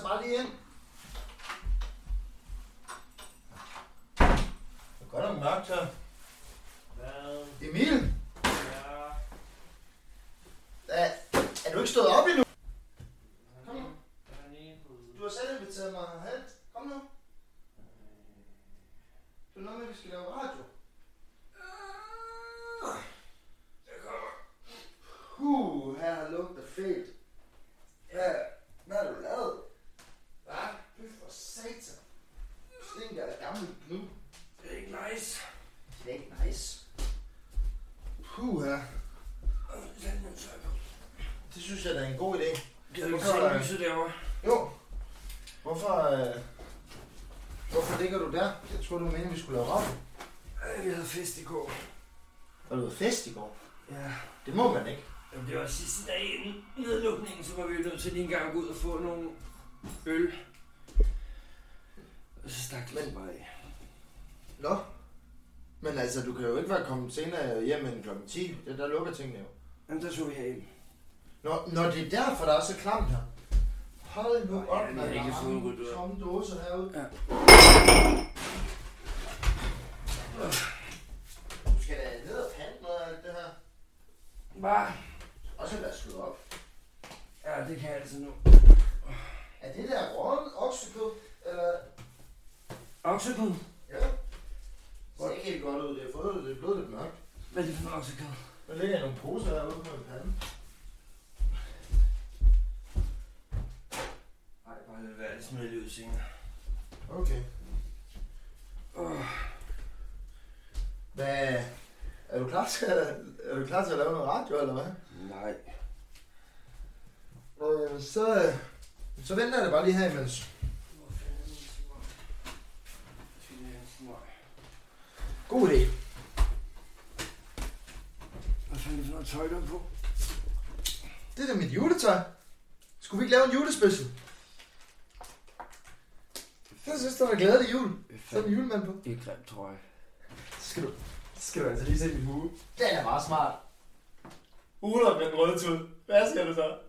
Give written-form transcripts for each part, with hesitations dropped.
så bare lige ind. Det er godt nok mørkt her. Hvad? Emil, Ja. er du ikke stået op endnu? Kom nu. Jeg er lige ude. Du har selv inviteret mig herhen. Kom nu. Det er noget med, at vi skal lave radio. Her har lugtet fedt. Hvad har du lavet? Hvad? Fy for satan. Stinker af gammel nu. Det er ikke nice. Det er ikke nice. Her. Det synes jeg da er en god idé. Kan du ikke se lyset derovre? Jo. Hvorfor ligger du der? Jeg troede, du mente, vi skulle lave radio. Vi havde fest i går. Var du fest i går? Ja. Det må man ikke. Jamen, det var sidste dag inden nedlukningen, så var vi nødt til lige en gang at gå ud og få nogle øl. Og så stak det bare af. Nå. Men altså, du kan jo ikke være kommet senere hjem end klokken 10. Der lukker tingene jo. Jamen, der så vi herhjemme. Når det er derfor, der er så klamt her. Hold nu op, vi har ikke fået en ryddet ud. tomme dåser herude. Ja. Du skal da ned og pante noget af alt det her. Bare. Og så lad slå op. Ja, det kan jeg altså nu. Er det der råden oksekød, eller? Oksekød? Ja. Det ser ikke helt godt ud. Det er blevet lidt mørkt. Hvad er det for en oksekød? Der ligger nogle poser herude på en pande. Nej, bare lad være, det smider lige ud senere. Okay. Hvad? Er du klar til at lave noget radio, eller hvad? Nej. Så venter jeg det bare lige her imens. Hvor fanden er min smøg? Skal vi have en smøg? God idé. Hvad fanden er det for noget tøj, der er på? Det er da mit juletøj. Skulle vi ikke lave en julespecial? Jeg synes, der var glædelig jul. Så er en julemand på. Ikke grimt trøje. Skal du altså lige se min hue. Den er meget smart. Uler med den røde tud. Hvad skal du så?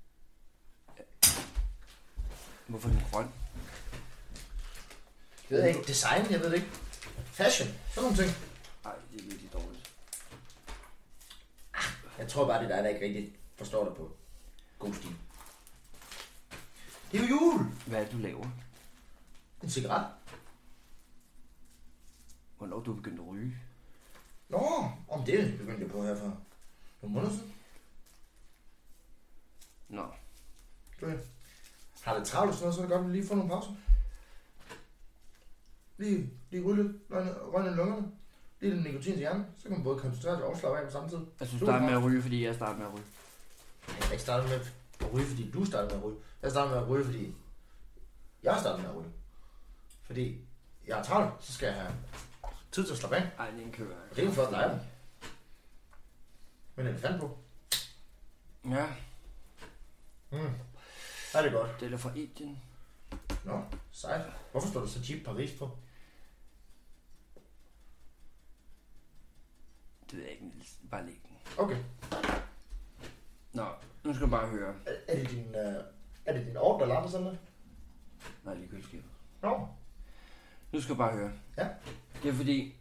Hvorfor er den grøn? Jeg ved ikke. Design, jeg ved det ikke. Fashion. Sådan nogle ting. Nej, det er virkelig dårligt. Jeg tror bare, det er dig, der ikke rigtig forstår det på god stil. Det er jo jul. Hvad er det, du laver? En cigaret. Hvornår er du begyndt at ryge? Nå, om det begyndte jeg på her for nogle måneder siden. Nå. Okay. Har det travlt og sådan noget, så er det godt at lige få nogle pauser. Lige ryge lidt, røgne i lungerne. Lige lidt nikotin til hjernen, så kan man både koncentrere sig og slappe af på samme tid. Altså, du starter med at ryge, fordi jeg starter med at ryge. Jeg har ikke startet med at ryge, fordi du startede med at ryge. Jeg startede med at ryge, fordi jeg startede med at ryge. Fordi jeg er travlt, så skal jeg have tid til at slappe af. Ej, det er en køber. Og det er en flot lejlighed. Men en elefant på. Ja. Ja, det er godt. Det er fra Indien. Nå, sejt. Hvorfor står der så Jeep Paris på? Det ved jeg ikke, Niels. Bare læg den. Okay. Nå, nu skal du bare høre. Er det din ovn, der larmer sådan der? Nej, det er køleskabet. Nå. Nu skal du bare høre. Ja. Det er fordi...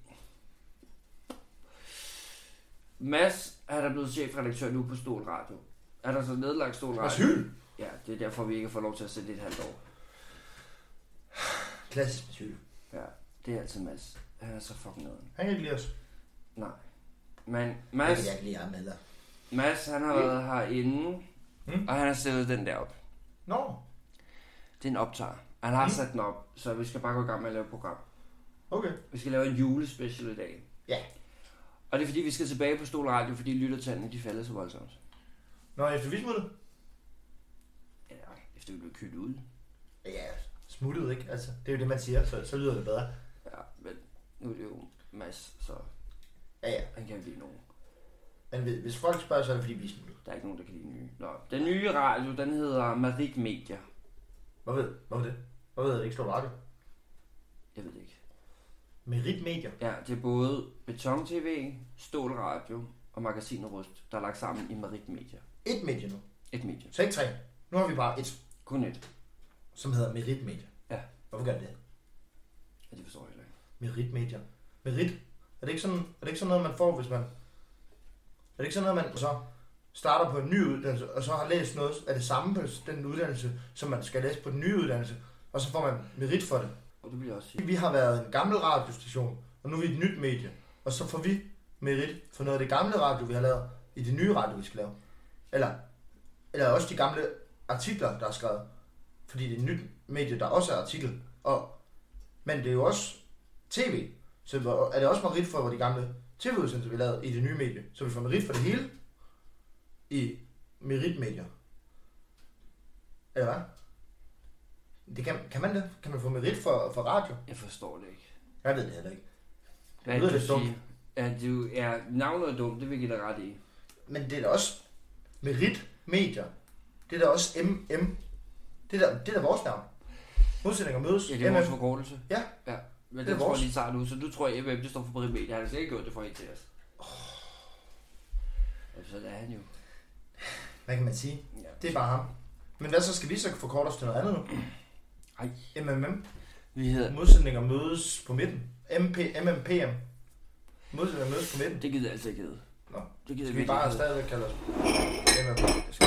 Mads er der blevet chefredaktør nu på Stol Radio. Er der så nedlagt Stol Radio? Mads Hyl? Ja, det er derfor, vi ikke får lov til at sætte et halvt år. Klassisk Mads Hyl. Ja, det er altid Mads. Han er så fucking nederen. Han kan ikke lide os. Nej. Men Mads... Mads... Jeg kan ikke lide ham heller. Mads, han har været herinde, og han har stillet den der op. Nå. Det er en optager. Han har sat den op, så vi skal bare gå i gang med at lave et program. Okay. Vi skal lave en julespecial i dag. Ja. Og det er fordi, vi skal tilbage på Stol Radio, fordi lyttertallene, de falder så voldsomt. Nå, efter vi smuttede? Ja, efter vi blev kødt ud. Ja, smuttet ikke. Altså, det er jo det, man siger, så lyder det bedre. Ja, men nu er det jo Mads, så Ja. han kan lide nogen. Men hvis folk spørger, så er det fordi, vi er smuttet. Der er ikke nogen, der kan lide nye. Nå, den nye radio, den hedder Marik Media. Hvorfor det? Hvorfor hedder det ikke Stol Radio? Jeg ved det ikke. Merit Media? Ja, det er både Beton TV, Stol Radio og Magasinet Rust, der er lagt sammen i Marik Media. Et medie nu. Et medie. Så ikke tre. Nu har vi bare et. Kun et. som hedder meritmedier. Ja. Hvorfor gør det? Ja, det forstår jeg heller ikke. Meritmedier. Merit. Er det ikke sådan noget, man får, hvis man... Er det ikke sådan noget, man så starter på en ny uddannelse, og så har læst noget af det samme på den uddannelse, som man skal læse på den nye uddannelse, og så får man merit for det? Og det vil jeg også sige. Vi har været en gammel radiostation, og nu er vi et nyt medie, og så får vi merit for noget af det gamle radio, vi har lavet, i det nye radio, vi skal lave. Eller også de gamle artikler, der er skrevet. Fordi det er et nyt medie, der også er artikel. Men det er jo også tv. Så er det også merit for de gamle tv-udsendelser, vi lavede i det nye medie. Så vi får merit for det hele i meritmedier. Eller hvad? Det kan man det? Kan man få merit for radio? Jeg forstår det ikke. Jeg ved det heller ikke. Hvad er det, du siger? Navnet er dumt, det vil jeg give dig ret i. Men det er da også meritmedier. Det er da også MM. Det er da vores navn. Modsætninger mødes. Ja, det er vores forkortelse. Ja. Men det tror jeg lige tager nu, så du tror, at MM det står for meritmedier. Jeg har slet ikke gjort det for en til os. Så det er han jo. Hvad kan man sige? Ja. Det er bare ham. Men hvad så skal vi så forkorte os til noget andet nu? Ej. MMM. Vi hedder... Modsætninger mødes på midten. MMPM. Modsætninger mødes på midten. Det gider jeg altså ikke hedde. Nå. Det gider skal vi bare stadigvæk kalde os MMM.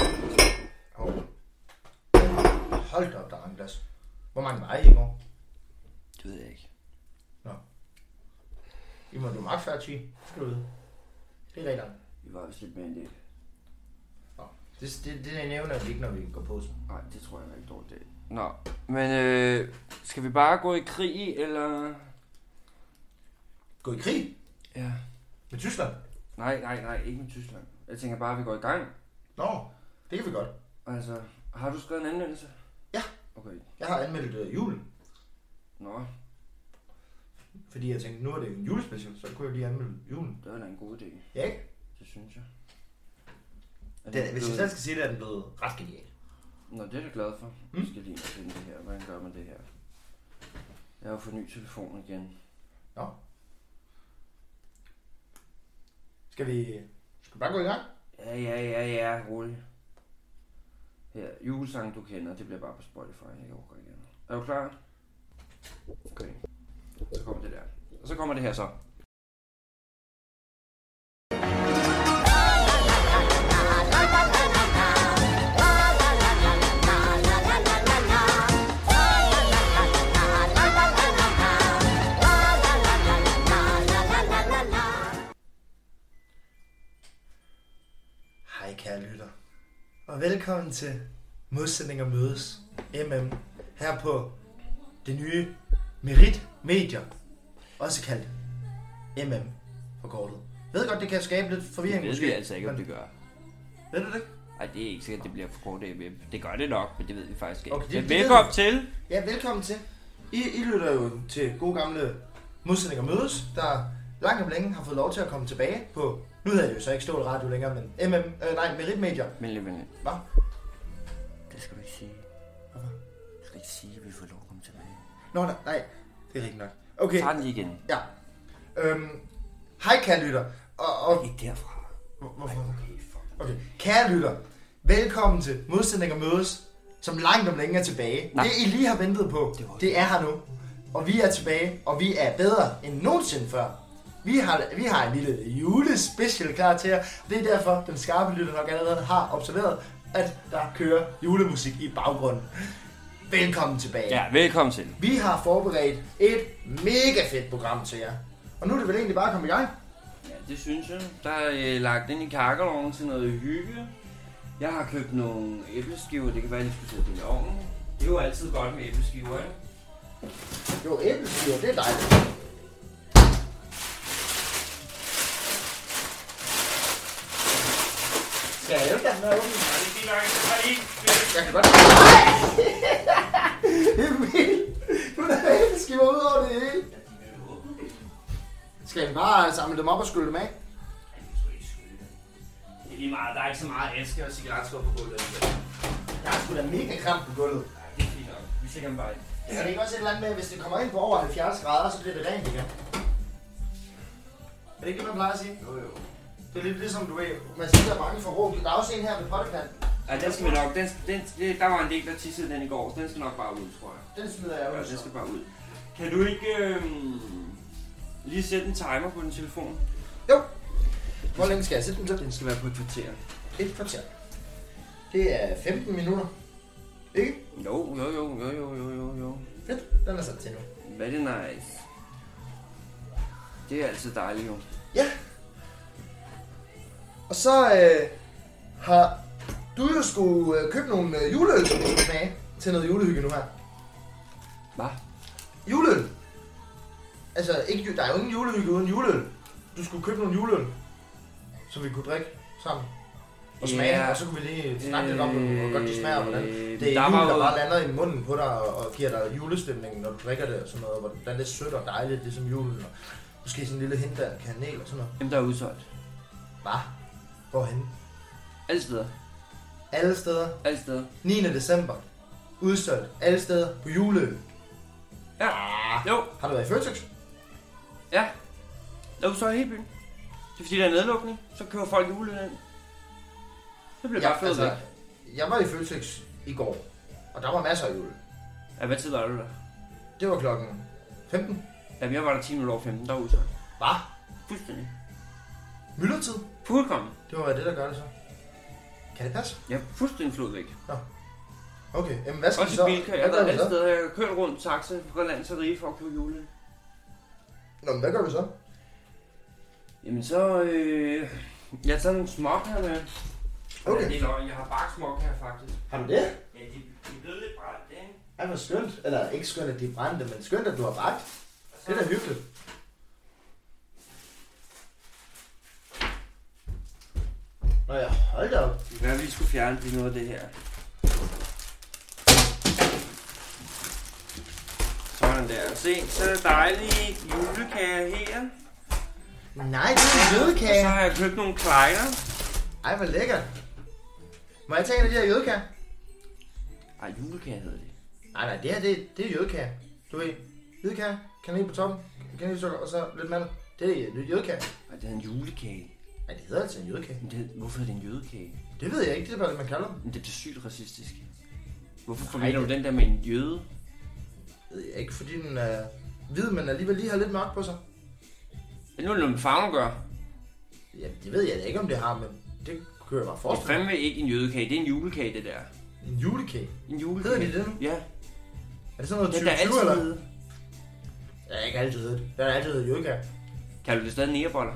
Hold da op, der er en glas. Hvor mange var I går? Det ved jeg ikke. Nå. I må du magt før 10. Skal du vide. Det er reglerne. Vi var vist lidt mere end det. Nå. Det nævner vi ikke, når vi går på. Nej, det tror jeg ikke dårligt det. Nå, men skal vi bare gå i krig, eller? Gå i krig? Ja. Med Tyskland? Nej, ikke med Tyskland. Jeg tænker bare, at vi går i gang. Nå, det kan vi godt. Altså, har du skrevet en anmeldelse? Ja. Okay. Jeg har anmeldt julen. Nå. Fordi jeg tænkte, nu er det en julespecial, så kunne jeg lige anmelde julen. Det var da en god idé. Ja, ikke? Det synes jeg. Hvis jeg selv skal sige det, er den blevet ret genial. Nå, det er jeg glad for. Jeg skal lige finde det her. Hvordan gør man det her? Jeg har fået ny telefon igen. Nå. Skal vi bare gå i gang? Ja, rolig. Her, julesang du kender, det bliver bare på Spotify. Jeg overgår igen. Er du klar? Okay. Så kommer det der. Og så kommer det her så. Hej kære lytter, og velkommen til Modsætninger mødes, MM, her på det nye Merit Medier, også kaldt MM forkortet. Ved godt, det kan skabe lidt forvirring måske. Det ved vi altså ikke, om det gør. Ved du det? Nej, det er ikke sikkert, det bliver forkortet MM. Det gør det nok, men det ved vi faktisk ikke. Okay, velkommen til! Ja, velkommen til. I lytter jo til gode gamle Modsætninger mødes, der langt om længe har fået lov til at komme tilbage på, nu hedder det jo så ikke Stål Radio længere, men Meritmedier. Men hvad? Det skal du ikke sige. Hvorfor? Du skal ikke sige, at vi får lov at komme tilbage. Nå, nej, det er rigtigt nok. Okay. Tag den lige igen. Ja. Hej kære lytter. Og ikke derfra. Hvorfor? Okay. Kære lytter, velkommen til Modsætninger mødes, som langt om længe er tilbage. Nej. Det I lige har ventet på, det er her nu. Og vi er tilbage, og vi er bedre end nogensinde før. Vi har en lille julespecial klar til jer. Det er derfor, den skarpe lytter nok allerede har observeret, at der kører julemusik i baggrunden. Velkommen tilbage. Ja, velkommen til. Vi har forberedt et mega fedt program til jer. Og nu er det vel egentlig bare at komme i gang. Ja, det synes jeg. Der er lagt ind i kakkelovnen til noget hygge. Jeg har købt nogle æbleskiver. Det kan være, at jeg skulle sætte det i ovnen. Det er jo altid godt med æbleskiver, ikke? Jo, æbleskiver, det er dejligt. Skal jeg hjælpe dig med at åbne? Nej, det er fint nok. Jeg kan godt... Nej! Det er vildt! Nu er der æbleskiver ud over det hele. Skal vi bare samle dem op og skylle dem af? Det er lige meget. Der er ikke så meget æske og cigaretskår på gulvet. Jeg har sgu da mega kram på gulvet. Det er fint nok. Vi sikrer dem bare ind. Er det ikke også et eller andet med, at hvis det kommer ind på over 70 grader, så bliver det rent igen? Er det ikke det, man plejer at sige? Jo. Det er lidt ligesom, du ved, man siger, der er bange for råb. Der er også en her ved potteplanten. Ja, den skal vi nok. Der var en del, der tissede den i går, så den skal nok bare ud, tror jeg. Den smider jeg ud. Ja, den skal bare ud. Kan du ikke lige sætte en timer på din telefon? Jo. Hvor længe skal jeg sætte den til? Den skal være på et kvarter. Et kvarter. Det er 15 minutter. Ikke? Jo. Fedt. Den er sat til nu. Very nice. Det er altid dejligt, jo. Ja. Og så har du jo skulle købe nogle juleøl til noget julehygge nu her. Hvad? Juleøl. Altså, ikke, der er jo ingen julehygge uden juleøl. Du skulle købe nogle juleøl, som vi kunne drikke sammen. Og smage, og så kunne vi lige snakke lidt om, hvor godt de smager, hvordan det er jul, der bare lander i munden på dig og giver dig julestemningen, når du drikker det og sådan noget. Hvordan det er sødt og dejligt, ligesom julen. Og måske sådan en lille hint af kanel og sådan noget. Jamen, der er udsolgt. Hvad? Hvorhenne? Alle steder. Alle steder. Alle steder. 9. december. Udsolgt. Alle steder på juleøl. Ja. Jo. Har du været i Føtex? Ja. Der er udsolgt i hele byen. Det er fordi, der er nedlukning. Så køber folk juleøl ind. Det bliver bare fedt væk. Jeg var i Føtex i går, og der var masser af jule. Ja, hvad tid var du der? Det var klokken 15. Ja, jeg var der 10 minutter over 15, der var udsolgt. Hvad? Fuldstændig. Myldretid? Fuldkommen. Det må være det, der gør det så. Kan det passe? Ja, fuldstændig flod væk. Nå. Okay, jamen hvad skal også vi så? Også i bilkører. Jeg har været alle steder. Jeg har kørt rundt taxa fra land til Rige for at købe juleøl. Nå, men hvad gør vi så? Jamen så, jeg tager nogle smok her med. Okay. Det er løgn. Jeg har baksmok her faktisk. Har du det? Ja, de er blevet lidt brændt, ikke? Ej, hvor skønt. Eller ikke skønt, at de er brændte, men skønt, at du har bagt. Det er da hyggeligt. Nå ja, hold da op. Det kan være, vi skulle fjerne noget af det her. Sådan der. Se, så er det dejlige julekager her. Nej, det er en jødekage. Og så har jeg købt nogle kleiner. Ej, hvor lækkert. Må jeg tage en af de her jødekager? Ej, julekager hedder det. Nej, det her, det er jødekager. Du ved, jødekager, kanel på toppen, kanelsukker og så lidt mandel. Det er jødekager. Ej, det er en julekage. Nej, det hedder altså en jødekage. Men hvorfor er det en jødekage? Det ved jeg ikke, det er bare det, man kalder dem. Men det er sygt racistisk. Hvorfor forbinder du den der med en jøde? Det ved jeg ikke, fordi den er hvid, men alligevel lige har lidt mørkt på sig. Det er noget med farven gør. Ja, det ved jeg ikke, om det har, men det kører jeg bare Det er forestille. fandme ikke en jødekage, det er en julekage, det der. En julekage? En julekage. Hedder de det nu? Ja. Er det sådan noget Den der 2020 eller? altid. Jeg har ikke altid heddet det. Jeg har altid heddet jødekage. Kan du det stadig negerboller?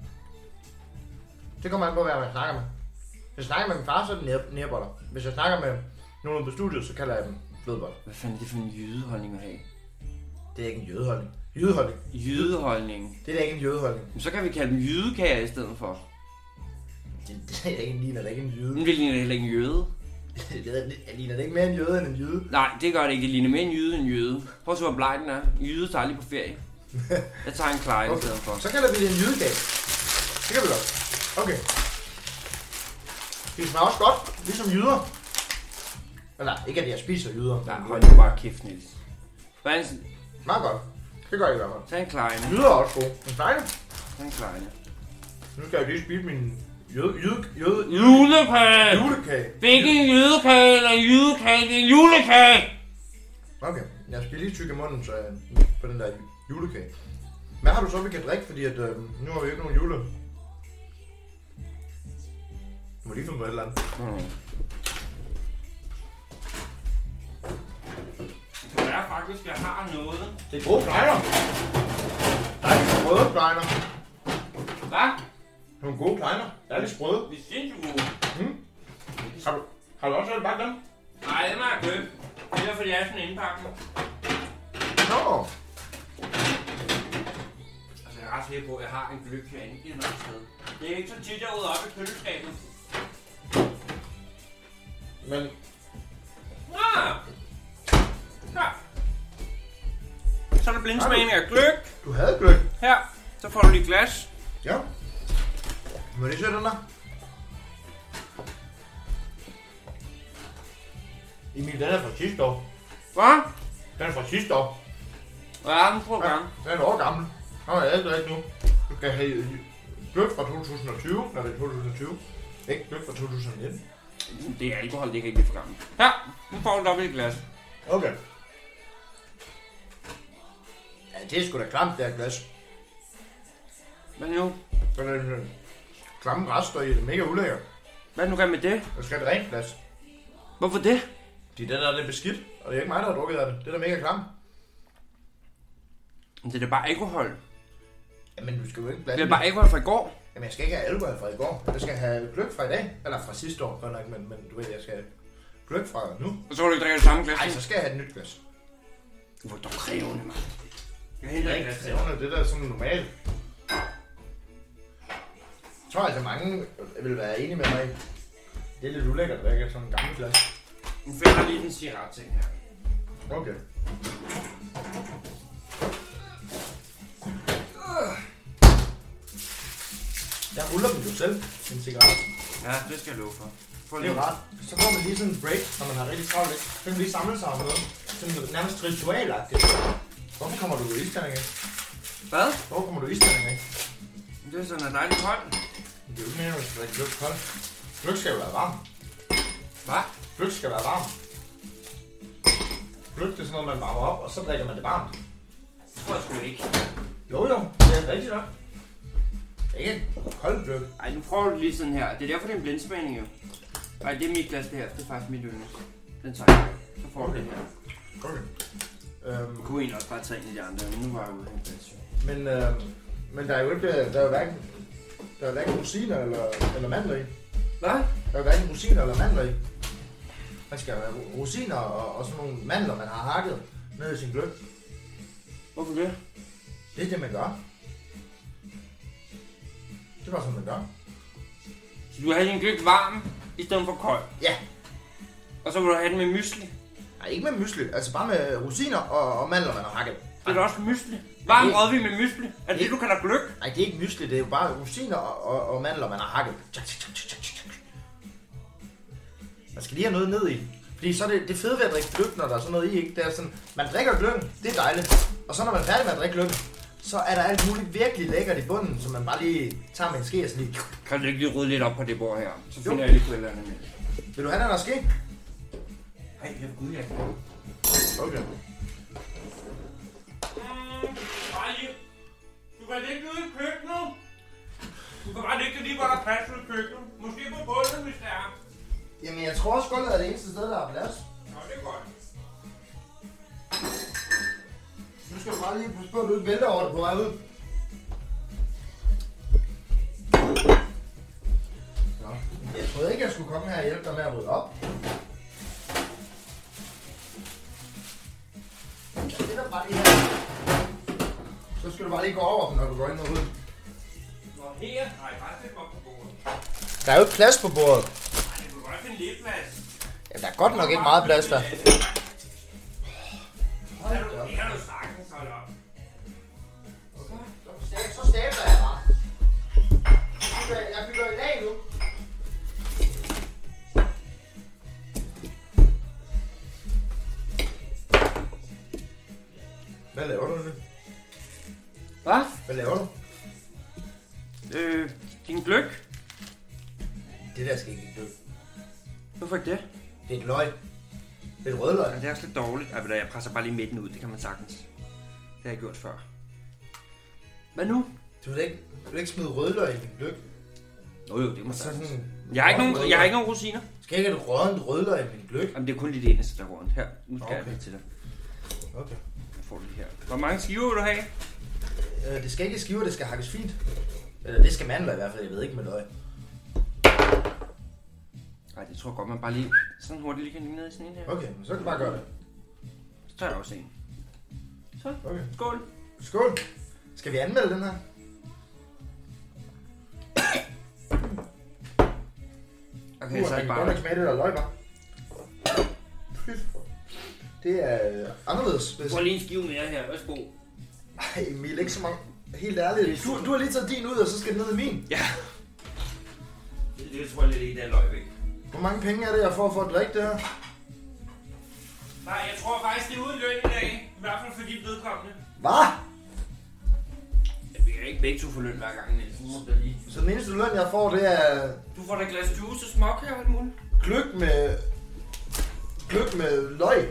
Det kommer an på, hvad man snakker med. Hvis jeg snakker med min far, så er det nærboller. Hvis jeg snakker med nogen på studiet, så kalder jeg dem flødeboller. Hvad fanden er det for en jødeholdning at have? Det er ikke en jødeholdning. Jødeholdning. Jødeholdning. Det er da ikke en jødeholdning. Men så kan vi kalde dem jødekager i stedet for. Det er ikke en ligner, det er ikke en jøde. Men det ligner heller ikke en jøde. Det ligner det ikke mere en jøde end en jøde. Nej, det gør det ikke. Det ligner mere en jøde end en jøde. Prøv at se, hvor bleg den er. Jøde tager lige på ferie. Jeg tager en klein i stedet for. Så kalder vi det en jødekage. Det kan vi godt. Okay. Det smager også godt, ligesom jyder. Eller ikke at jeg spiser jyder. Nej, hold nu bare kæft, Niels. Fransen, Smager godt. Det gør jeg i hvert fald. tag en klein. Jyder er også gode. Men fejl. Tag en klein. Nu skal jeg lige spise min Julekage! julekage. Det er ikke en jødekage eller en jødekage, det er en julekage! Okay, jeg skal lige tykke munden så på den der julekage. Hvad har du så, vi kan drikke, fordi at, nu har vi ikke nogen jule. Du må lige finde på et eller andet. Det er faktisk, jeg har noget. Det er gode kleiner. Dejligt sprøde kleiner. Hvad? Nogle gode kleiner. Dejligt sprøde. Vi er sindssygt gode. Har du også bare dem? Nej, det må jeg købe. Det er fordi, jeg er sådan en indpakning. Nå. Altså, jeg er ret sikker på, at jeg har en gløk herinde et eller andet sted. Det er ikke så tit, jeg er ude op i køleskabet. Men Ja. Så er der blindsmagning af gløk. du havde gløk. Her, så får du lige glas. Ja. Må jeg lige se den der? Emil, den er fra sidste år. Hvad? Den er fra sidste år. Ja, den prøver gang. Den er et år gammel. Den er jeg ikke nu. Du skal have gløk fra 2020, når det er 2020. Ikke gløk fra 2019. Det er alkohol, det er ikke rigtig for gammelt. Her, nu får du op i et glas. Okay. Ja, det er sgu da klamt, det her glas. Hvad nu? Så er det klamme rester i det. Mega ulækkert. Hvad er nu gør med det? Jeg skal have et rent glas. Hvorfor det? Det er lidt beskidt, og det er ikke mig, der har drukket af det. Det er da mega klamt. Det er da bare alkohol. Jamen, du skal jo ikke Det blande er bare alkohol fra i går. Jamen, jeg skal ikke have alkohol fra i går. Jeg skal have gløgg fra i dag. Eller fra sidste år, godt nok, men du ved, jeg skal have gløgg fra nu. Og så kan du ikke drikke det samme glas. Nej, så skal jeg have et nyt glas. Hvor er du krævende, mand. Jeg henter ikke glas til. Det der er sådan normalt. Jeg tror altså, mange vil være enige med mig i. Det er lidt ulækkert at drikke sådan en gammel glas. Nu finder lige den cigaret-ting her. Okay. Jeg ruller dem jo selv, en cigaret. Ja, det skal jeg love for. Det er jo rart. Så får man lige sådan en break, når man har rigtig travlt. Så kan man lige samle sig om noget. Sådan nærmest ritualagtigt. Hvorfor kommer du i isterning af? Hvad? Hvorfor kommer du i isterning af? Det er sådan en dejlig kold. Det er jo ikke mere, at man skal drikke gløgg kold. Gløgg skal jo være varm. Hvad? Gløgg skal være varm. Gløgg det er sådan noget, man varmer op, og så drikker man det varmt. Det tror jeg sgu ikke. Jo, det er rigtigt nok. Det er ikke kold gløgg. Ej, nu prøver du lige sådan her. Det er derfor, det er en blindsmagning jo. Ej, det er mit glas det her. Det er faktisk mit yndlings. Den tager jeg. Så får du det her. Okay. Jeg kunne egentlig også bare tage en af de andre, men nu var jeg ude af en glas. Men der er jo ikke, der er jo hverken rosiner eller mandler i. Hvad? Der er jo hverken rosiner eller mandler i. Man skal have rosiner og sådan nogle mandler, man har hakket ned i sin gløgg. Hvorfor det? Det er det, man gør. Det er bare sådan, man gør. Så du vil have din gløgg varm, i stedet for kold? Ja. Og så vil du have den med mysli? Nej, ikke med mysli. Altså bare med rosiner og mandler, man har hakket. Det er da også mysli. Varm rødvin med mysli. Er det det, du kalder gløgg? Nej, det er ikke mysli. Det er jo bare rosiner og mandler, man har hakket. Man skal lige have noget ned i. Fordi så er det fede ved at drikke gløgg, når der er sådan noget i, ikke? Det er sådan, man drikker gløggen, det er dejligt. Og så når man er færdig med at drikke gløggen, så er der alt muligt virkelig lækkert i bunden, som man bare lige tager med en ske og sådan lige... Kan du ikke lige rydde lidt op på det bord her? Så finder jeg lige på et eller andet med. Vil du have den der ske? Ej, jeg vil gud, jeg kan. Okay. Du kan ligge ude i køkkenet. Du kan bare ligge lige, hvor der er plads ude i køkkenet. Måske på bunden, hvis det er. Jamen, jeg tror også, gulvet er det eneste sted, der er plads. Nå, det er godt. Nu skal du bare lige passe på, at du ikke vælter over det på vej ud. Nå. Jeg troede ikke, jeg skulle komme her og hjælpe dig med at rydde op. Jeg sætter bare lige her. Så skal du bare lige gå over dem, når du går ind og ud. Nå, her? Nej, bare sæt mig op på bordet. Der er jo ikke plads på bordet. Nej, det kunne godt finde lidt plads. Jamen, der er godt nok ikke meget plads der. Det kan du sagtens holde op. Så stabler jeg bare. Jeg bygger i dag nu. Hvad laver du nu? Hvad? Hvad laver du? Din gløgg? Det der skal ikke dø. Hvorfor ikke det? Det er et løg. Det er et rødløg. Ja, det er også lidt dårligt. Jeg presser bare lige midten ud, det kan man sagtens. Det har jeg gjort før. Hvad nu? Du vil ikke smide rødløg i din gløgg? Jo, det må Sådan. Jeg har ikke nogen rosiner. Skal jeg ikke have et rådent rødløg i min gløgg? Jamen, det er kun lige det eneste, der er rundt. Her, nu skal jeg lidt til dig. Okay. Jeg får det her. Hvor mange skiver vil du have? Det skal ikke skiver, det skal hakkes fint. Eller det skal mandler i hvert fald, jeg ved ikke med løg. Nej, det tror jeg godt, man bare lige sådan hurtigt lige kan lige ned i sådan en her. Okay, så kan du bare gøre det. Så tager jeg også en. Så, Okay. skål. Skål. Skal vi anmelde den her? Okay, så er det bare... bare... ikke smage det der løg, hva'? Det er anderledes. Hvis... Prøv lige en skive mere her, værsgo. Ej Emil, ikke så mange. Helt ærligt. Du har lige taget din ud, og så skal den ned i min. Ja. Det tror jeg lidt ikke, det er løg væk. Hvor mange penge er det, jeg får for at drikke det her? Nej, jeg tror faktisk, det er uden løn i dag. I hvert fald for de vedkommende. Hvad? Vi kan ikke begge to få løn hver gang, Niels. Nu må det lige. Så den eneste løn, jeg får, det er... Du får da et glas juice og smok her, alt muligt. gløgg med løg.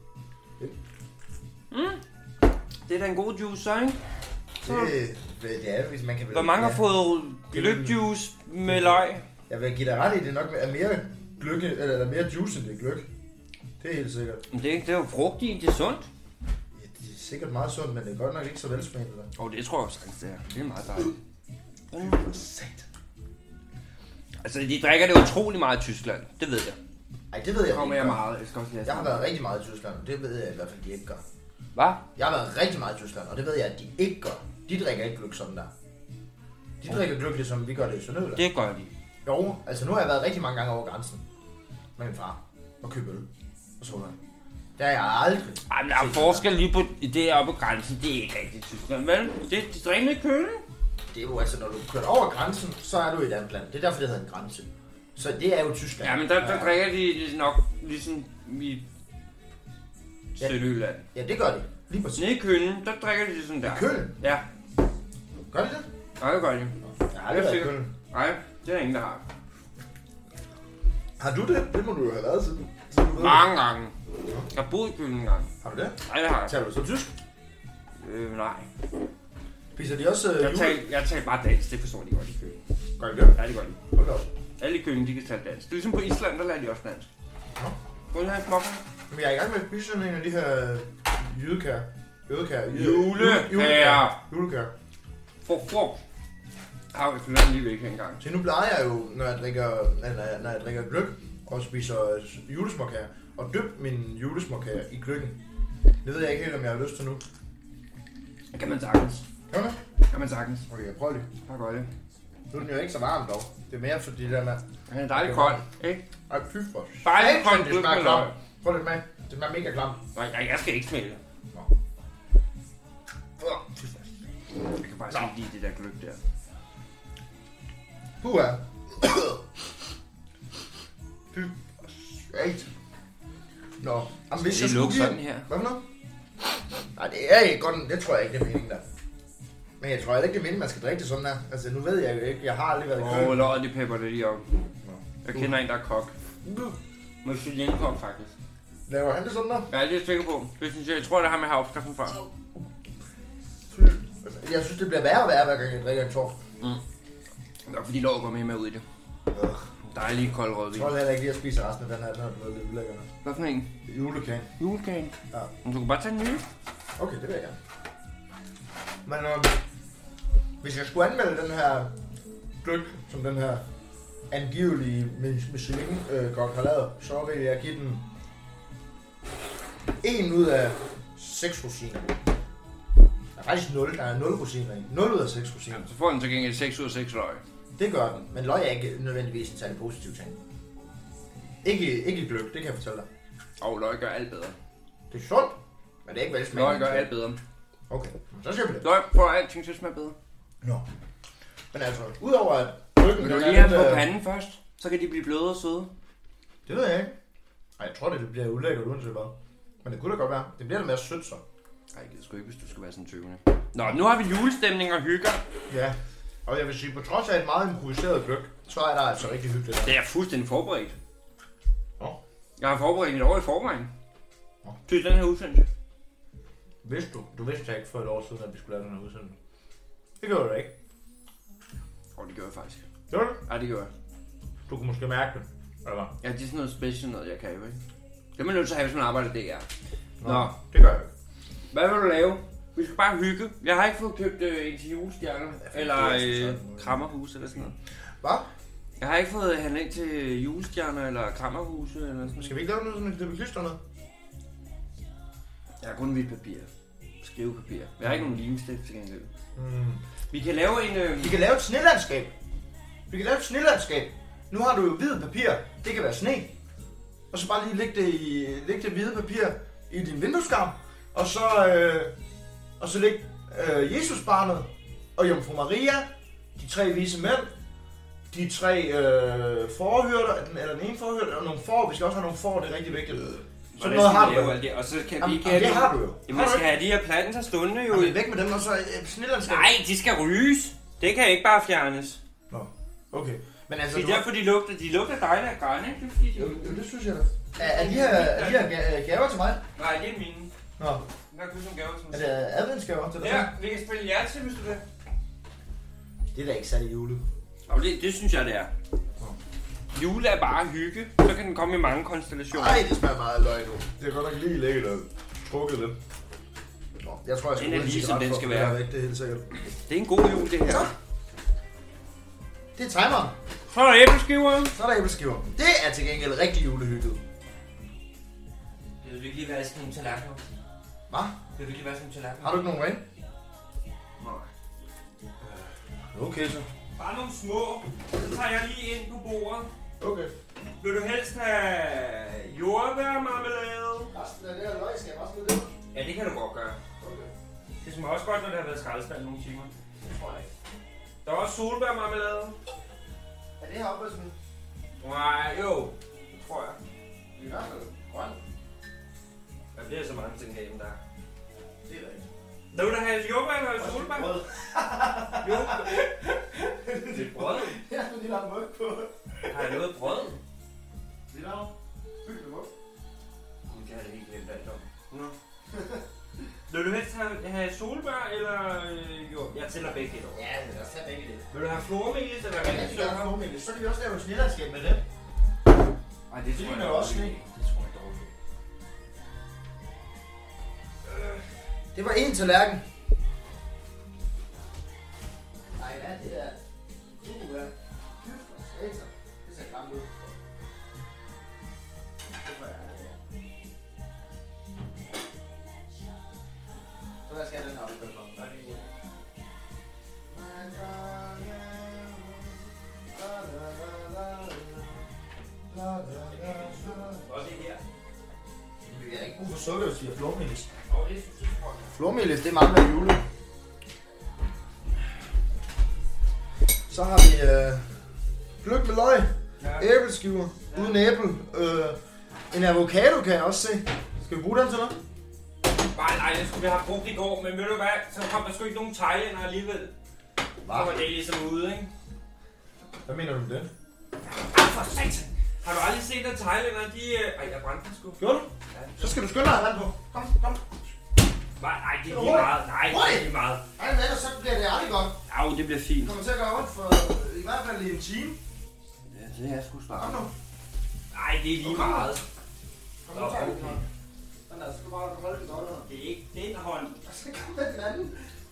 Det er da en god juice, så, ikke? Det er, hvis man kan... Hvor mange har fået gløgjuice med løg? Jeg vil give dig ret i, det nok er mere gløgg, eller mere juice, end det er gløgg. Det er helt sikkert. Men det er jo frugt i, det er sundt. Ja, det er sikkert meget sundt, men det er godt nok ikke så velsmagende. Det tror jeg også, det er. Det er meget dejligt. Altså, de drikker det utrolig meget i Tyskland. Det ved jeg. Ej, det ved jeg kommer ikke. Jeg meget. Jeg har været rigtig meget i Tyskland, og det ved jeg i hvert fald, de ikke gør. Hvad? Jeg har været rigtig meget i Tyskland, og det ved jeg, at de ikke gør. De drikker ikke gløgg sådan der. De drikker gløgg, som vi gør det i Sønderjylland. Det gør de. Jo, altså nu har jeg været rigtig mange gange over grænsen med min far og købe øl og sådan noget. Det har jeg aldrig. Ej, men der er forskel lige på det oppe på grænsen. Det er ikke rigtigt Tyskland, vel? De drikker i kølen. Det er jo altså, når du kører over grænsen, så er du i et andet land. Det er derfor, det hedder en grænse. Så det er jo Tyskland. Ja, men der drikker de nok ligesom i Sønderjylland. Ja, det gør de. Lige præcis. Nede i Kølen, der drikker de sådan der. I Kølen? Ja. Gør de det? Nej, det gør de. Jeg har aldrig været i Kølen. Nej, det er ingen, der har. Har du det? Det må du jo have været siden. Mange gange. Jeg har boet i Kølen en gang. Har du det? Nej, det har jeg. Taler du så tysk? Nej. Spiser de også jeg taler bare dansk, det forstår de godt i Kølen. Gør de det? Ja, det gør de. Hold da op. Alle i Kølen, de kan tale dansk. Det er ligesom på Island, der lærer de også dansk. Nå. Vil du have en smokker? Men jeg er i gang med at spise sådan en af de her jødekær. Julekær. Frugt. Har vi fundet lige væk engang. Så nu plejer jeg jo, når jeg drikker gløgg og spiser julesmåkager, og dyppe mine julesmåkager i gløggen. Det ved jeg ikke helt, om jeg har lyst til nu. Det kan man sagtens. Kan man? Kan man sagtens. Okay, jeg prøver lige. Bare gør det. Nu er den jo ikke så varm dog. Det er mere fordi det der med... Han er dejligt kold, ikke? Ej, fy for. Dejligt kold, det smager klamt. Prøv lidt med. Det smager mega klamt. Nej, jeg skal ikke smelle. Nå. Jeg kan faktisk ikke lide det der gløgg der. Puha. Fy svagt. Nå, jamen, hvis jeg skulle sådan her. Hvad for noget? Nej, det er ikke godt. Det tror jeg ikke, det er meningen der. Men jeg tror ikke, det er meningen, man skal drikke det sådan der. Altså, nu ved jeg jo ikke. Jeg har aldrig været i Kølen. Løget, de pepper det lige op. Jeg kender en, der er kok. Michelin-kok, faktisk. Laver han det sådan der? Ja, det er jeg sikker på. Det synes jeg tror, det har med at have opskriften fra. Jeg synes, det bliver værre og værre, hver gang jeg drikker en tår. Det er fordi løget går med ud i det. Dejlig kold rødvin. Jeg tror heller ikke lige at spise resten af den her. Den er blevet lidt ulækkerne. Hvad for en? Julekagen. Julekagen? Ja. Men du kan bare tage den nye. Okay, det vil jeg gerne. Men hvis jeg skulle anmelde den her gløgg, som den her angivelige Michelin-kok har lavet, så vil jeg give den 1 ud af 6 rosiner. Der er faktisk 0, der er 0 rosiner i. 0 ud af 6 rosiner. Ja, så får den til gengæld 6 ud af 6 løg. Det gør den, men løg er ikke nødvendigvis en særlig positiv ting. Ikke gløgg, det kan jeg fortælle dig. Og løg gør alt bedre. Det er sundt, men det er ikke velsmagende. Løg gør alt bedre. Okay, så siger vi det. Løg får alting til at smage bedre. Nå. Men altså, udover at gløggen... Vil du lige have på panden først? Så kan de blive bløde og søde. Det ved jeg ikke. Ej, jeg tror, det bliver ulækkert uanset hvad. Men det kunne da godt være. Det bliver da mere sødt så. Ej, jeg gider sgu ikke, hvis du skal være sådan tøvende. Nå, nu har vi julestemning og hygger. Ja. Og jeg vil sige, på trods af et meget improviseret gløgg, så er der altså rigtig hyggeligt der. Det er fuldstændig forberedt. Nå. Jeg har forberedt et år i forvejen. Nå. Til den her udsendelse. Vidste du? Du vidste ikke for et år siden, at vi skulle lave den her udsendelse. Det gjorde du ikke. Det gør jeg faktisk. Gjorde du? Ja, det gør jeg. Du kunne måske mærke det. Eller? Ja, det er sådan noget special noget, jeg kan jo, ikke? Det er man nødt til at have, hvis man arbejder det er. Nå. Det gør jeg. Hvad vil du lave? Vi skal bare hygge. Jeg har ikke fået købt en til julestjerner. Eller krammerhus eller sådan noget. Hvad? Jeg har ikke fået handlet ind til julestjerner eller krammerhuse eller sådan noget. Skal vi ikke lave noget sådan et stykke klister noget? Jeg har kun hvidt papir. Skrivepapir. Jeg har ikke nogen limestift til gengæld. Vi kan lave en... Vi kan lave et snelandskab. Nu har du jo hvidt papir. Det kan være sne. Og så bare lige læg det hvide papir i din vindueskarm. Og så læg Jesusbarnet og Jomfru Maria, de 3 vise mænd, de 3 forhyrter, eller den ene forhyrter, og nogle får. Vi skal også have nogle får, det er rigtig vigtigt. Så noget har du jo. Og så kan vi ikke have det har du jo. Jamen, vi skal have de her planter stående jo. Jamen, væk med dem, og så snillandskab. Nej, de skal ryges. Det kan ikke bare fjernes. Nå, okay. Men altså, Det er derfor, de lugter dejligt af græn, ikke? Det er fordi, jo, det synes jeg da. Er de her gaver til mig? Nej, det er mine. Nå. Der er kun nogle gaver til mig. Er det adventsgaver til dig? Ja, vi kan spille jer til, hvis du vil. Det er da ikke særlig jule. Og det synes jeg, det er. Jule er bare hygge. Så kan den komme i mange konstellationer. Nej, det smager meget løg nu. Det er godt nok lige lækkert at trukket lidt. Nå, jeg tror, jeg skal Den er lige, som den skal være. Væk, det er helt sikkert. Det er en god jul, det her. Så. Det er timeren. Så er der æbleskiver. Så er der æbleskiver. Det er til gengæld rigtig julehygget. Det vil ikke lige være sådan en tallerkener. Hvad? Det vil ikke lige være sådan en tallerkener. Har du ikke nogen ring? Nej. Okay, så. Bare nogle små. Så tager jeg lige ind på bordet. Okay. Vil du helst have jordbærmarmelade? Resten af det her løg skal jeg bare smide det. Ja, det kan du godt gøre. Okay. Det smager også godt, når det har været skraldespand nogle timer. Det tror jeg ikke. Der er også solbærmarmelade. Er det her opvadsmiddel? Nej, jo. Det tror jeg. Det er i hvert fald grøn. Der bliver så mange ting herhjemme, der. Det er rigtigt. Vil du have jordbær eller solbær? Brød. Jo. Det er brød. Ja, men de har møg på. Har jeg noget brød? Det er der. Fyld med møg. Det har jeg helt glemt alt om. Vil du helst have solbær eller jord? Jeg tæller begge et år. Ja, lad os tage begge det. Vil du have flormelis eller Ja, rigtig det er sukker? formentlig. Så kan vi også lave en snedlandskab med det. Ej, det ligner jo også sne. Det tror jeg dårligt. Det var en tallerken. Nej, hvad er det der? Ja. Det ser klamt ud. Så hvad skal den her opgøre for? Også det her. Vi har ikke brug for sukker, hvis vi har flormelis. Og det synes jeg. Flormelis, det er meget mere jule. Så har vi gløgg med løg, æbleskiver, uden æble. En avocado kan jeg også se. Skal vi bruge den til noget? Nej, det skulle vi have brugt i går, men ved du hvad, så kom der sgu ikke nogen thailænder alligevel. Så var det ligesom ude, ikke? Hvad mener du med det? For satan! Har du aldrig set, at thailænder, de... Ej, jeg brændte den sgu. Gjorde du? Så skal du skynde dig vand på. Kom. Nej, det er lige meget. Nej, det er lige meget. Ej, men ellers så bliver det aldrig godt. Au, det bliver fint. Det kommer til at gøre ondt for i hvert fald i en time. Ja, det er sgu Kom snart. nu. Nej, det er lige meget. Kom nu, tag den. Sådan der, så skal du bare holde den godt her. Det er ikke den hånd. Og så kommer den anden.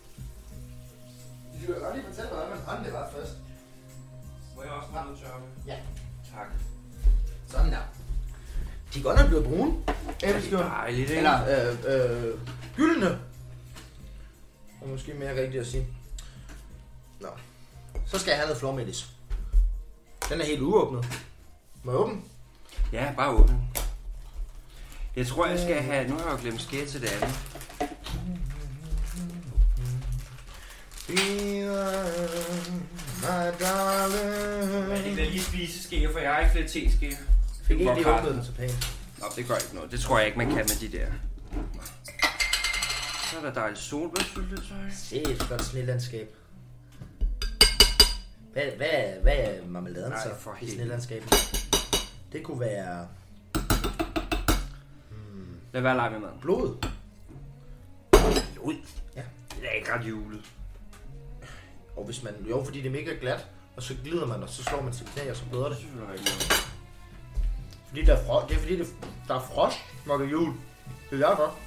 Du kan godt lige fortælle, hvordan man hånd det var først. Må jeg også have noget tørre? Ja. Tak. Sådan der. De er godt nok blevet brune. Æbleskiver. Dejligt, ikke? Eller gyldne. Det er måske mere rigtigt at sige. Nå. Så skal jeg have noget flormelis. Den er helt uåbnet. Må jeg åbne? Ja, bare åbne. Jeg tror, jeg skal have... Nu har jeg jo glemt skære til det andet. Men det bliver lige spiseskeer, for jeg har ikke flere teskeer. Fik ikke lige åbnet den så pænt. Nå, det gør ikke noget. Det tror jeg ikke, man kan med de der. Så er der dejligt solbærsyltetøj. Se et flot snelandskab. Hvad er marmeladen Nej, så for i helvede. snelandskabet? Det kunne være Lad være lege med maden. blod. Ud. Ja. Det er ikke ret julet. Og hvis man, jo, fordi det er mega glat, og så glider man, og så slår man sit knæ, og så bløder det. Det synes jeg ikke noget. Fordi der er det er fordi, der er frost, når det er jul. Det er derfor.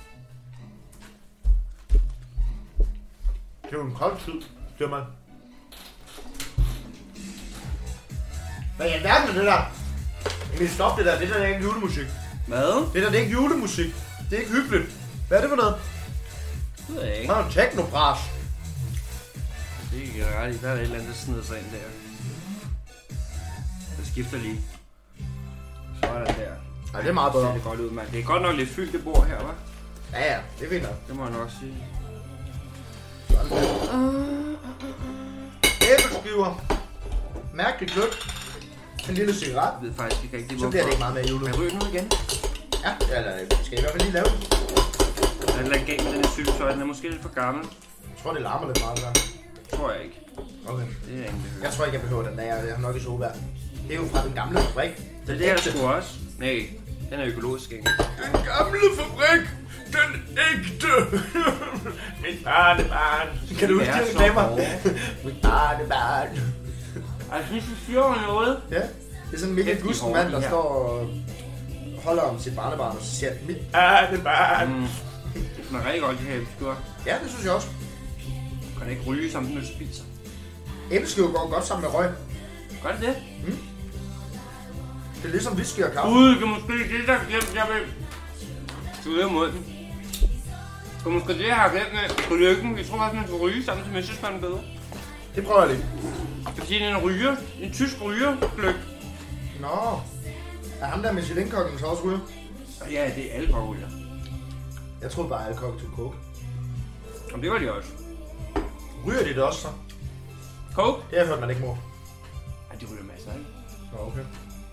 Det er jo en kold tid, siger man. Hvad i alverden er det der? Emil, stop det der. Det der er ikke julemusik. Hvad? Det der det er ikke julemusik. Det er ikke hyggeligt. Hvad er det for noget? Det ved jeg ikke. Det er en technobras. Det er ikke ret. Der er et eller andet, der snider sig ind der. Det skifter lige. Så er der der. Nej, det er meget bedre. Det ser det godt ud, mand. Det er godt nok lidt fyldt, det bord her, hva'? Ja, det er fint nok. Det må jeg nok sige. Sådan der. Æbleskiver. Mærkeligt gløk. En lille cigaret. Jeg ved faktisk ikke rigtig, hvorfor. Så bliver det ikke meget mere julet. Kan jeg ryge nu igen? Ja, eller vi skal i hvert fald lige lave den. Der er et eller andet galt med den her syltetøj. Den er måske lidt for gammel. Jeg tror, det larmer lidt meget der. Tror jeg ikke. Okay. Det er ingen, Jeg tror ikke, jeg behøver den der. Jeg har nok i solvær. Det er jo fra den gamle fabrik. Det er der sgu også. Nej, den er økologisk, ikke? Den gamle fabrik! Den ægte! Mit barnebarn! Kan du huske de reklamer? Mit barnebarn! Jeg synes, vi fyrer noget. Ja, det er sådan en mega gusten mand, der står og holder om sit barnebarn og så siger, mit barnebarn! Det smager rigtig godt, det her æbleskiver. Ja, det synes jeg også. Kan det ikke ryge sammen med spiser? Æbleskiver går godt sammen med røg. Gør det det? Det er ligesom whisky og kaffe. Det er måske det, der glemt, jeg vil ud af munden. Det er måske det, jeg har glemt med gløggen. Jeg tror faktisk, man skal ryge sammen til mæssesmanden bedre. Det prøver jeg lige. Det er fordi, den er ryger. En tysk rygergløg. Nå. Er ham der Michelin-kokken så også ryger? Ja, det er alle ryger. Jeg troede bare, at alle kokke tog coke. Jamen, det var de også. Ryger de det også så? Coke? Det har jeg hørt, man ikke må. Ja, de ryger masser, ikke? Nå, okay.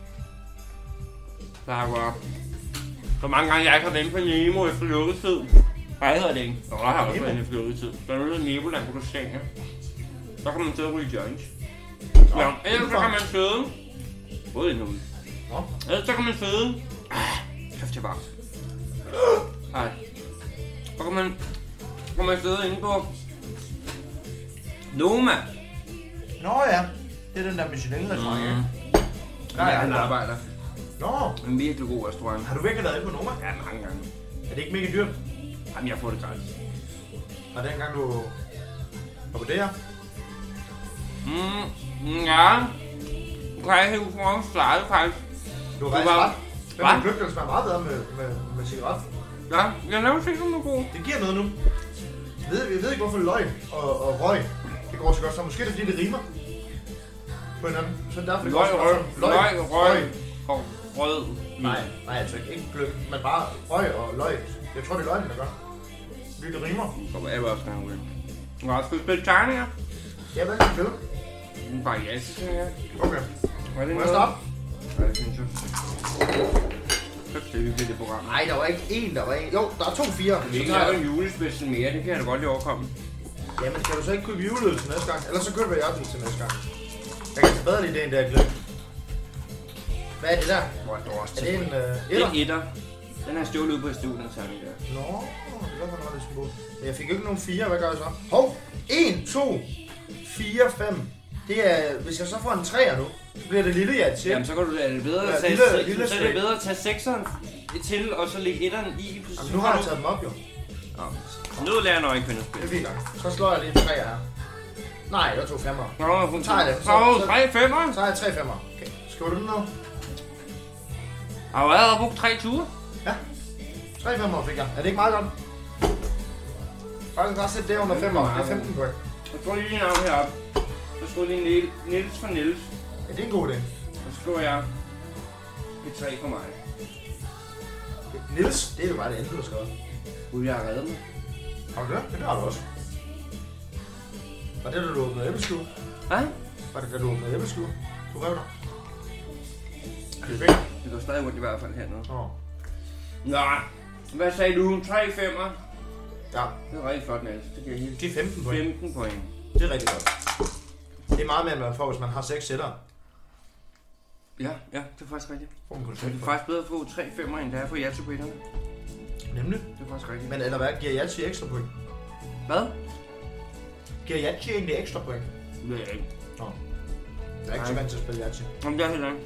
Der har været så mange gange, jeg ikke har vendt på Nemo efter lukketid. Hvad hedder det ikke? Nå, jeg har også været efter lukketid. Der er noget Nemoland, hvor du sænger. Så kan man sidde og ryge joints. Ja, ellers så kan man sidde. Både endnu. Nå. Ellers så kan man sidde. Kæft, det er varmt. Ej. Så kan man sidde inde på Noma. Nå ja. Det er den der Michelin-restaurant, ikke? Der er han arbejder. Nå. En virkelig god restaurant. Har du virkelig været inde på Noma? Ja, mange gange. Er det ikke mega dyrt? Jamen, jeg får det gratis. Og dengang du var på det her? Ja. Nu kan jeg helt foran starte, faktisk. Du har faktisk ret. Den her gløgg, den smager meget bedre med cigaret. Ja, jeg laver sikkert noget god. Det giver noget nu. Jeg ved ikke, hvorfor løg og røg, det går så godt sammen. Måske er det, fordi det rimer på hinanden. Så derfor det går så godt sammen. Løg og rød. Nej, altså ikke gløgg, men bare røg og løg. Jeg tror, det er løgnen, der gør. Fordi det rimer. Så jeg vil også gerne ud. Du har også spillet tegninger. Ja, hvad kan du spille? Bare ja, så skal jeg. Okay. Må jeg stoppe? Nej, det synes jeg. Det er hyggeligt, det program. Nej, der var ikke én, der var en. Jo, der er 2 4. Vi kan lave en julespecial mere, det kan jeg da godt lige overkomme. Jamen, kan du så ikke købe juleøl til næste gang? Ellers så køber jeg til næste gang. Jeg kan tage bedre lige den der gløgg. Hvad er det der? Er det en etter? Det er etter. Den har stjålet ud på studien, så den der. Nå, det er derfor, det er små. Men jeg fik jo ikke nogen 4, hvad gør jeg så? Hov! 1, 2, 4, 5. Det er, hvis jeg så får en 3'er nu, så bliver det lille Jatsi. Jamen, så kan du er det bedre at tage, så er det bedre at tage 6'eren til, og så lægge 1'eren i. Jamen, nu har jeg taget dem op, jo. Nu lærer jeg nok ikke, hvordan det er fint nok. Så slår jeg lige en 3'er her. Nej, det var 2 5'er. Nå, hun tager det. Så 3 5'er? Så har jeg 3 5'er. Okay, skriver du den nu? Har du allerede brugt 3 ture? Ja. 3 5'er fik jeg. Er det ikke meget godt? Faktisk bare sætte det under 5'er. Det er 15 point. Så skriver lige navn heroppe. Så skriver lige Niels for Niels. Ja, det er en god idé. Så skriver jeg P3 for mig. Niels, det er jo bare det andet, du har skrevet. Gud, jeg har reddet mig. Har du det? Det har du også. Var det, da du åbnede æbleskive? Hvad? Var det, da du åbnede æbleskive? Du rev dig? Det går stadig rundt i hvert fald hernede. Nå. Nå, hvad sagde du? 3 5'er? Ja. Det er rigtig flot, Niels. Det kan jeg helt. Det er 15 point. 15 point. Det er rigtig godt. Det er meget mere, end man får, hvis man har 6 sætter. Ja, det er faktisk rigtigt. Det er faktisk bedre at få 3 5'er, end det er for Jatsi på etterne. Nemlig. Det er faktisk rigtigt. Men eller hvad? Giver Jatsi ekstra point? Hvad? Giver Jatsi egentlig ekstra point? Det ved jeg ikke. Nå. Jeg er ikke så vant til at spille Jatsi. Jamen, det er helt langt.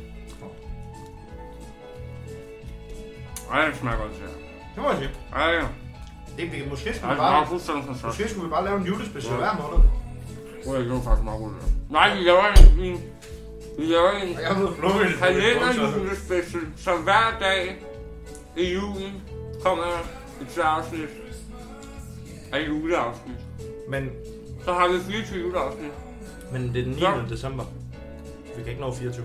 Ej, det smager godt, det her. Det må jeg sige. Ej, ja. Det, måske skulle vi bare lave en julespecial hver måned. Det er faktisk meget godt. Nej, vi laver en kalenderjulespecial, så hver dag i julen kommer der et afsnit af juleafsnit. Men så har vi 24 juleafsnit. Men det er den 9. december. Vi kan ikke nå 24.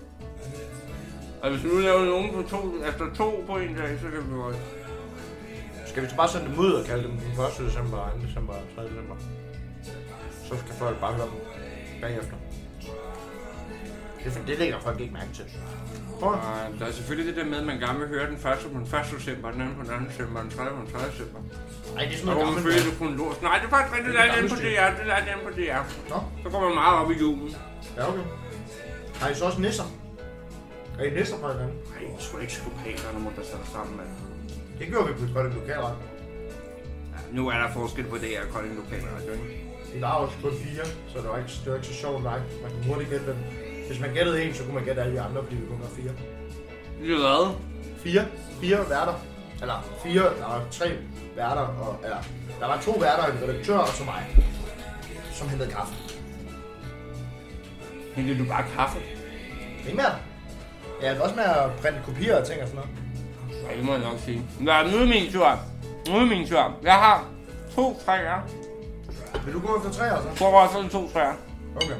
Og hvis vi nu laver nogen på efter 2 på en dag, så kan vi godt. Skal vi så bare sende dem ud og kalde dem den 1. december, 2. december og 3. december? Så skal folk bare høre dem bagefter. Det lægger folk ikke mærke til. Der er selvfølgelig det der med, at man gerne vil høre den første på den 1. december, den anden på den 2. december, den 3. på den 3. december. Nej, det er sådan noget gammelt. Og man kunne låse. Nej, det er faktisk rigtigt, det er den på DR. Det er den på DR. Nå. Så går man meget op i julen. Ja, okay. Har I så også nisser? Er I nisser på hinanden? Nej, det er sgu ikke psykopater, når man der sætter sammen, mand. Det gjorde vi på et godt lokalret. Nu er der forskel på det her Kolding Lokalret, ikke? Vi var også kun 4, så det var ikke så sjovt nok. Man kunne hurtigt gætte dem. Hvis man gættede en, så kunne man gætte alle de andre, fordi vi kun var 4. Det er hvad? 4 værter. Eller 4, der var 3 værter, eller der var 2 værter, en redaktør og så mig, som hentede kaffe. Hentede du bare kaffe? Ikke mere. Ja, jeg er også med at printe kopier og ting og sådan noget. Ja, det må jeg nok sige. Nå, nu er min tur. Jeg har 2 træer. Vil du gå efter 3 så? Hvor var sådan 2 træer? Okay.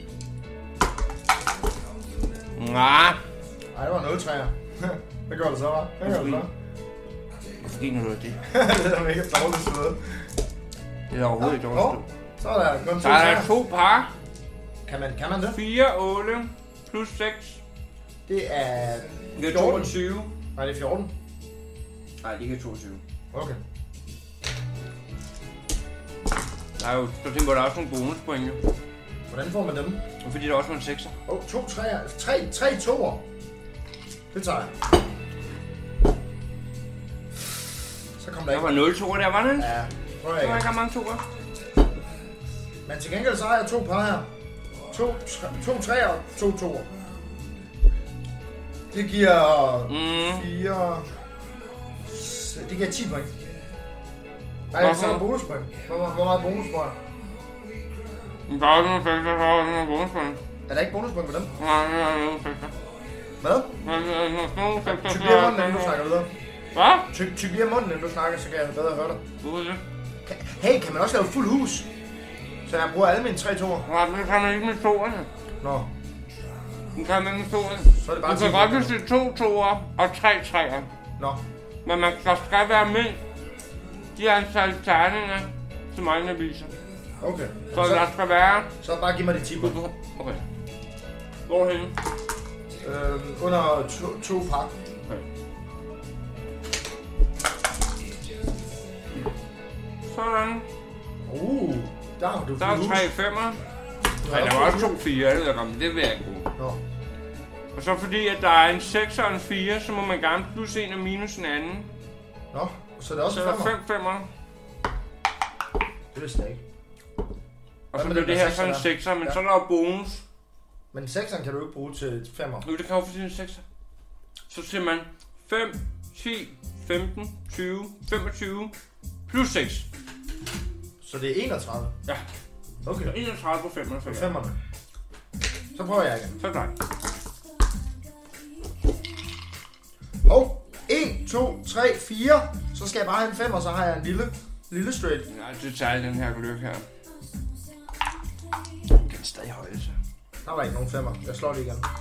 Nej. Ej, det var 0 træer. Hvad gør du så, hva'? Hvorfor griner du af det? Det er mega dårligt sted. Det er overhovedet ikke dårligt. Så er der kun 2 Der er træer. 2 par. Kan man det? 4, 8 plus 6. Det er... Det er 22. Nej, det er 14. Nej, det er ikke 22. Okay. Der er jo, så tænker der er også nogle bonuspoint, jo. Hvordan får man dem? Fordi der også var en 6'er. 2 træer. 3 toer. Det tager jeg. Så kom der Der ikke. var 0 toer der, var det? Ja, prøv Der var ikke. ikke mange toer. Men til gengæld så har jeg 2 par her. 2 træer og 2 toer. Det giver 4... Det giver 10 point. Nej, så er der bonuspoint. Hvor meget bonuspoint? Der er også nogle 6'er, der er også nogle bonuspoint. Er der ikke bonuspoint på dem? Nej, det er nogle 6'er. Hvad? Tyk lige munden, inden du snakker videre. Hvad? Tyk lige munden, inden du snakker, så kan jeg bedre høre dig. Hvorfor det? Hey, kan man også lave fuld hus? Så jeg bruger alle mine 3 toer. Nej, men det kan man ikke med toerne. Nå, Den kan man ikke med toerne. så er det bare Du kan 10 godt point. bestille 2 toer og 3 træer. Nå, Men der skal være mindst de antal terninger, som øjnene viser. okay. Så der skal være... Så bare giv mig de 10 point. Okay. Hvorhenne? Under 2 par. Okay. Sådan. Der har du Der er fuld 3 hus. 5'er. Nej, der var også 2 4, men det vil jeg ikke bruge. Nå, Og så fordi, at der er en 6 og en 4, så må man gerne plus en og minus en anden. nå. Så er det også Så er der 5'er. 5 5'er. Det vidste jeg ikke. Og så med bliver den det her der sådan en 6'er 6'er, men Ja. så er der jo bonus. Men 6'eren kan du ikke bruge til 5'er. Nu det kan jo for sin 6'er. Så siger man 5, 10, 15, 20, 25, plus 6. Så det er 31. Ja. Okay. Så 31 på 5'erne. På 5'erne. Så prøver jeg igen. Så er det dig. Og 1, 2, 3, 4. Så skal jeg bare have en 5, og så har jeg en lille straight. Ja, det tager den her gløk her. Den er stadig højelse. Der var ikke nogen 5'er. Jeg slår det igen.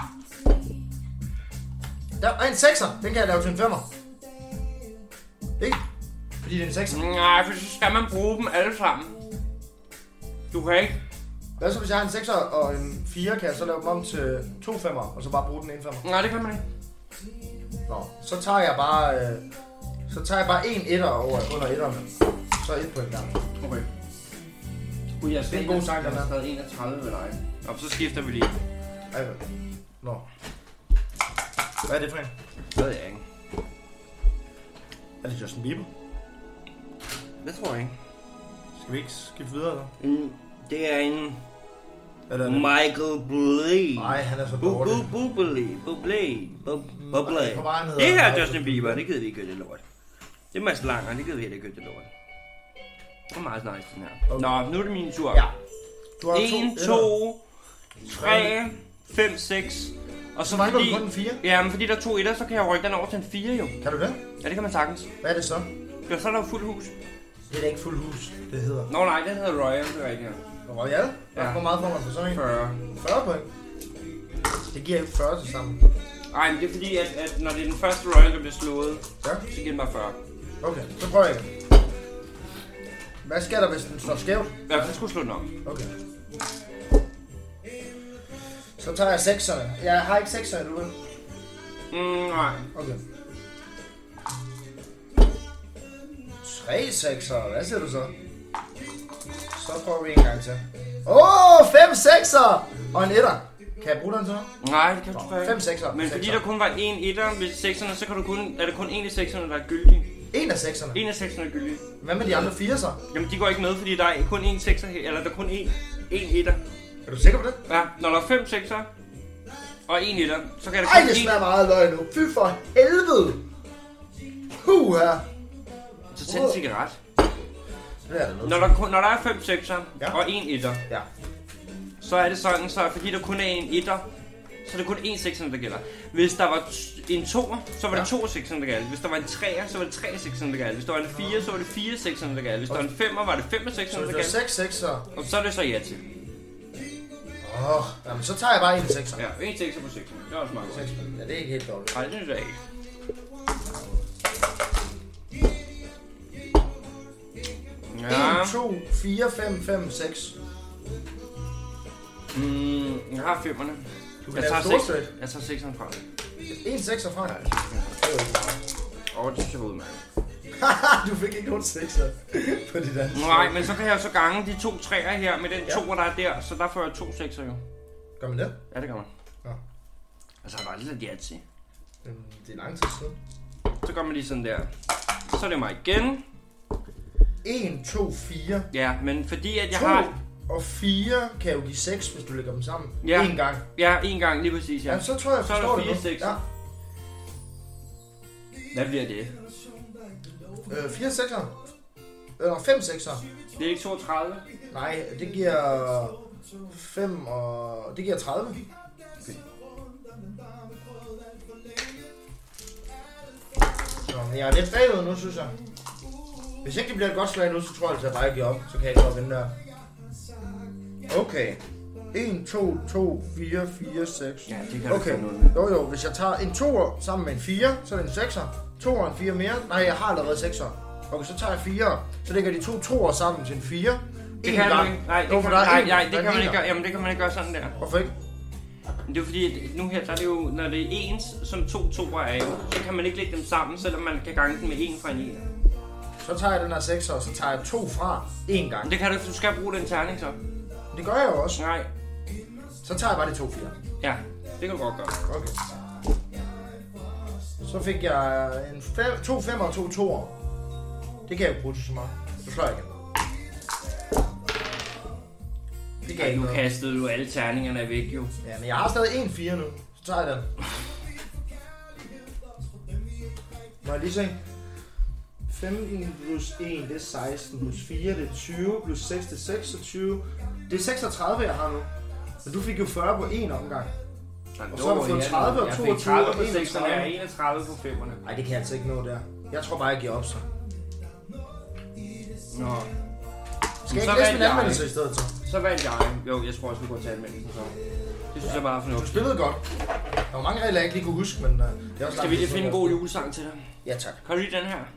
Der er en 6'er. Den kan jeg lave til en 5'er. Ikke? Fordi det er en 6'er. Nej, for så skal man bruge dem alle sammen. Du kan ikke. Hvad så hvis jeg har en 6'er og en 4, kan jeg så lave dem om til 2 5'er, og så bare bruge den ene 5'er? Nej, det kan man ikke. Nå, så tager jeg bare en etter over under etterne. Så 1 point der. Okay. Ui, jeg Det er en god sang, den her. Jeg har 31 ved dig. Nå, så skifter vi lige. Ej, nå. Hvad er det for en? Det ved jeg ikke. Er det Justin Bieber? Det tror jeg ikke. Skal vi ikke skifte videre så? Det er en Eller er det? Michael Bublé. Nej, han er så dårlig. Bublé. På vejen hedder Det her er Michael Justin Bieber, Bublé. det gider vi ikke købe det lort. Det er Mads Langer, det gider vi heller ikke købe det lort. Det er meget nice den her. Okay. Nå, nu er det min tur. Ja. Du har 1, 2, 3, 5, 6. Og så mangler du fordi... kun en 4. Ja, men fordi der er 2 etter, så kan jeg rykke den over til en 4 jo. Kan du det? Ja, det kan man sagtens. Hvad er det så? Ja, så er der jo fuld hus. Det er da ikke fuld hus, det hedder. Nå nej, den hedder Royal, det er rigtigt. Royal? Ja. Hvor meget får man for sådan en? 40. 40 point. Det giver ikke 40 til sammen. Nej, men det er fordi, at når det er den første Royal, der bliver slået, Ja. så giver den bare 40. Okay, så prøver jeg igen. Hvad sker der, hvis den slår skævt? Ja, så skulle slå den om. Okay. Så Så tager jeg 6'erne. Jeg har ikke 6'erne, du ved. Nej. Okay. 3 6'ere. Hvad siger du så? Så får vi en gang til. 5 6'ere! Og en 1'er. Kan jeg bruge den så? Nej, det kan du ikke. 5 6'ere. Men fordi der kun var en 1'er ved 6'erne, så kan du er der kun en af 6'erne, der er gyldig. En af 6'erne? En af 6'erne er gyldig. Hvad med de andre 4 så? Jamen, de går ikke med, fordi der er kun en 6'er her, eller der er kun en 1'er. Er du sikker på det? Ja, når der er 5 6'er og en 1'er, så kan der Ej, kun det smager meget løg nu. Fy for helvede! Her. Så tænd en cigaret. Det er det Når der er 5 6'er og en 1'er, ja. så er det sådan, så fordi der kun er en 1'er, så er det kun en 6'er, der gælder. Hvis der var en 2'er, så var det 2 6'er, der gælder. Hvis der var en 3'er, så var det 3 6'er, der gælder. Hvis der var en 4'er, så var det 4 6'er, der gælder. Hvis der var en 5'er, var det 5 6'er, der gælder. Så hvis der er 6 6'er... Og så er det så ja til. Jamen så tager jeg bare en 6'er. Ja, en 6'er på 6'er. Det er også meget godt. Ja, det er ikke helt dårligt. Nej, det synes jeg ikke. Ja. 1, 2, 4, 5, 5, 6. Jeg har 5'erne. Jeg tager 6'eren. Jeg tager 6'eren fra det. En 6'er fra? Ja, det er jo ikke meget. det synes jeg var udmærket. Du fik ikke nogen 6'er på de der. Nej, men så kan jeg så gange de 2 3'er her med den 2'er, der er der. Så der får jeg 2 6'er jo. Gør man det? Ja, det gør man. Ja. Og så har jeg bare lidt ja til. Det er lang tid siden. Så gør man lige sådan der. Så er det mig igen. 1, 2, 4. Ja, men fordi at jeg 2 har... og 4 kan jo give 6, hvis du lægger dem sammen. Ja. En gang. Ja, en gang, lige præcis, ja. Ja, så tror jeg, så er forstår der 4 det 6. Ja. Hvad bliver det? 4 6'er. Eller 5 6'er. Det er ikke 32? Nej, det giver 5 og... Det giver 30. Okay. Så jeg er lidt bagud nu, synes jeg. Hvis ikke det bliver et godt slag nu, så tror jeg, at jeg bare giver op. Så kan jeg ikke vinde der. Okay. 1, 2, 2, 4, 4, 6. Ja, det kan okay. du Jo, hvis jeg tager en 2'er sammen med en 4, så er det en 6'er. 2'er og en 4 mere. Nej, jeg har allerede 6'er. Okay, så tager jeg 4. Så lægger de 2 2'er sammen til en 4. Det kan du ikke. Nej, det kan man ikke gøre. Jamen, det kan man ikke gøre sådan der. Hvorfor ikke? Det er jo fordi, at nu her, der er det jo, når det er ens, som 2 2'er er jo, så kan man ikke lægge dem sammen, selvom man kan gange den med 1 fra en 1. Så tager jeg den her 6'er, og så tager jeg 2 fra en gang. Det kan du ikke, du skal bruge den terning så. Det gør jeg jo også. Nej. Så tager jeg bare de 2 4. Ja, det kan du godt gøre. Okay. Så fik jeg en 2 5'er og 2 2'er. Det kan jeg jo bruge til så meget. Så slår jeg igen. Det kan jeg ikke. Nu kastede du alle terningerne væk jo. Ja, men jeg har stadig en 4 nu. Så tager jeg den. Må jeg lige se? 15 plus 1, det er 16 plus 4, det er 20 plus 6, det er 26. Det er 36, jeg har nu. Men du fik jo 40 på en omgang. Og så har du fået 30 og 22 og 31. Jeg er 31 på 5'erne. Nej, det kan jeg altså ikke nå der. Jeg tror bare, jeg giver op så. Nå. Skal jeg ikke læse min anmeldelse i stedet så? Så valgte jeg. Jo, jeg tror også, vi går til anmeldelsen så. Det synes jeg bare er fornuftigt. Du spillede godt. Der var mange regler, jeg ikke lige kunne huske, men det er også... Skal vi lige finde en god julesang til dig? Ja, tak. Kan du lide den her?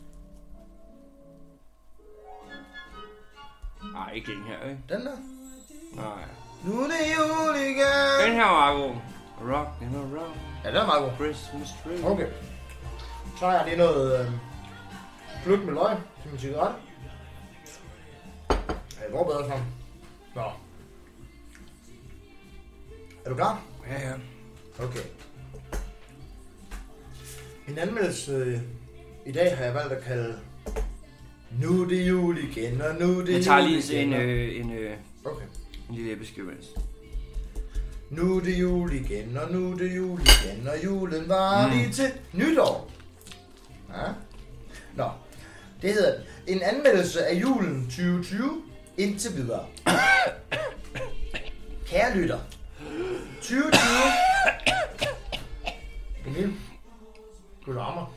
Nej, ikke den her, ikke? Den der? Nej. Nu er det jul igen! Den her var god. Rock in a row. Ja, den er meget god. Christmas tree. Okay. Så tager jeg lige noget gløgg med løg til min cigaret. Ja, det går bedre sammen. Nå. Er du klar? Ja, ja. Okay. Min anmeldelse i dag har jeg valgt at kalde Nu er det jul igen, og nu er det jul igen. Jeg tager lige okay. En lille episkrivelse. Nu er det jul igen, og nu er det jul igen, og julen var lige til nytår. Ja. Nå, det hedder en anmeldelse af julen 2020 indtil videre. Kære lytter, 2020... Emil, du larmer.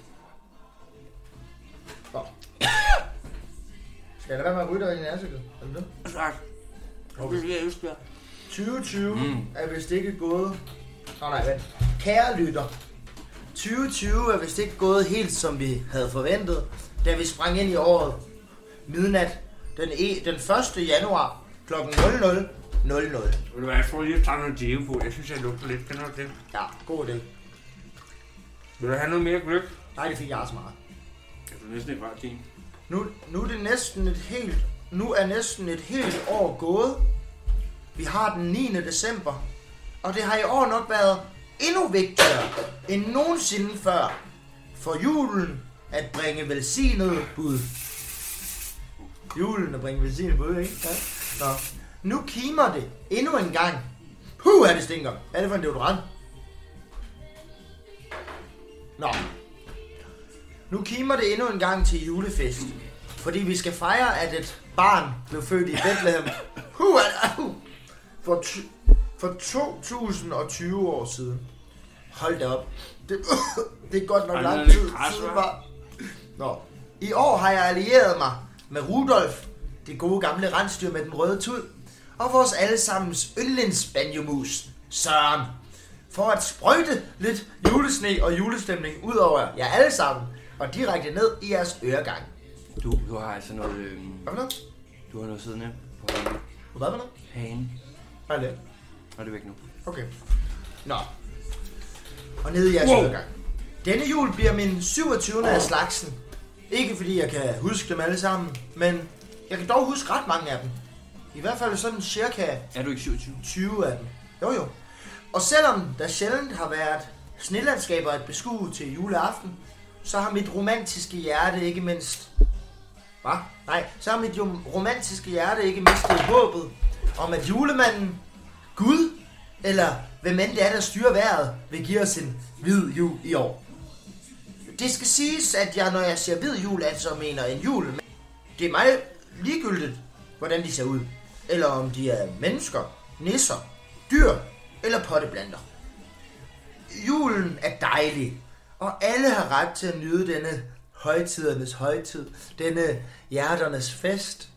Nå. Skal jeg lade være med at ryge dig ind i ansigtet? Er det det? Tak. Okay. 2020 er vist ikke gået... nej, vent. Kære lytter, 2020 er vist ikke gået helt som vi havde forventet, da vi sprang ind i året midnat den 1. januar kl. 00 0-0. Ved du hvad, jeg får lige at tage noget Diego på. Jeg synes, jeg lugter lidt. Kan du det? Ja, god idé. Vil du have noget mere gløk? Nej, det fik jeg så meget. Jeg får næsten ikke bare din. Nu er det næsten et helt år gået. Vi har den 9. december. Og det har i år nok været endnu vigtigere end nogensinde før for julen at bringe velsignet bud. Julen at bringe velsignet bud, ikke? Ja. Nå. Nu kimer det endnu en gang. Det stinker. Hvad er det for en deodorant? Nå. Nu kimer det endnu en gang til julefest. Fordi vi skal fejre, at et barn blev født i Bethlehem. For 2020 år siden. Hold da op. Det er godt nok lang tid siden. Nå. I år har jeg allieret mig med Rudolf, det gode gamle rensdyr med den røde tud, og vores allesammens yndlingsbanjomus, Søren, for at sprøjte lidt julesne og julestemning ud over jer alle sammen, og direkte ned i jeres øregang. Du har altså noget... Hvad for noget? Du har noget siddende på hagen. Hvad for noget? Hagen. Hvad er det? Og det er væk nu. Okay. Nå. Og ned i jeres øregang. Denne jul bliver min 27. af slagsen. Ikke fordi jeg kan huske dem alle sammen, men jeg kan dog huske ret mange af dem. I hvert fald sådan cirka... Er du ikke 27? 20 af dem. Jo. Og selvom der sjældent har været snelandskaber at beskue til juleaften, så har mit romantiske hjerte ikke mindst... Hvad? Nej, så har mit romantiske hjerte ikke mistet håbet om, at julemanden, Gud, eller hvem end det er, der styrer vejret, vil give os en hvid jul i år. Det skal siges, at jeg, når jeg siger hvid jul, altså mener en jul. Det er meget ligegyldigt, hvordan de ser ud. Eller om de er mennesker, nisser, dyr eller potteplanter. Julen er dejlig, og alle har ret til at nyde denne højtidernes højtid, denne hjerternes fest.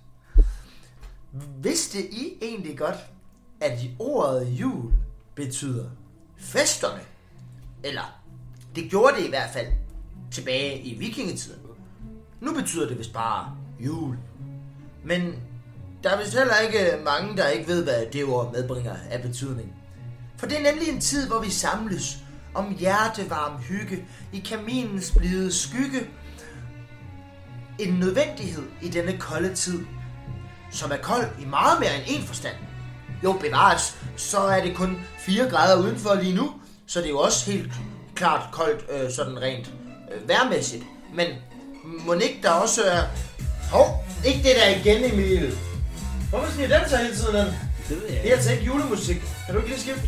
Vidste I egentlig godt, at ordet jul betyder festerne? Eller, det gjorde det i hvert fald tilbage i vikingetiden. Nu betyder det vist bare jul. Men der er vist heller ikke mange, der ikke ved, hvad det ord medbringer af betydning. For det er nemlig en tid, hvor vi samles om hjertevarm hygge i kaminens blide skygge. En nødvendighed i denne kolde tid, som er kold i meget mere end en forstand. Jo, bevares, så er det kun 4 grader udenfor lige nu, så det er jo også helt klart koldt, sådan rent vejrmæssigt. Men må ikke der også er... ikke det der igen, Emil. Hvorfor sniger den så hele tiden, den? Det ved jeg. Det er altså ikke julemusik. Kan du ikke lige skifte?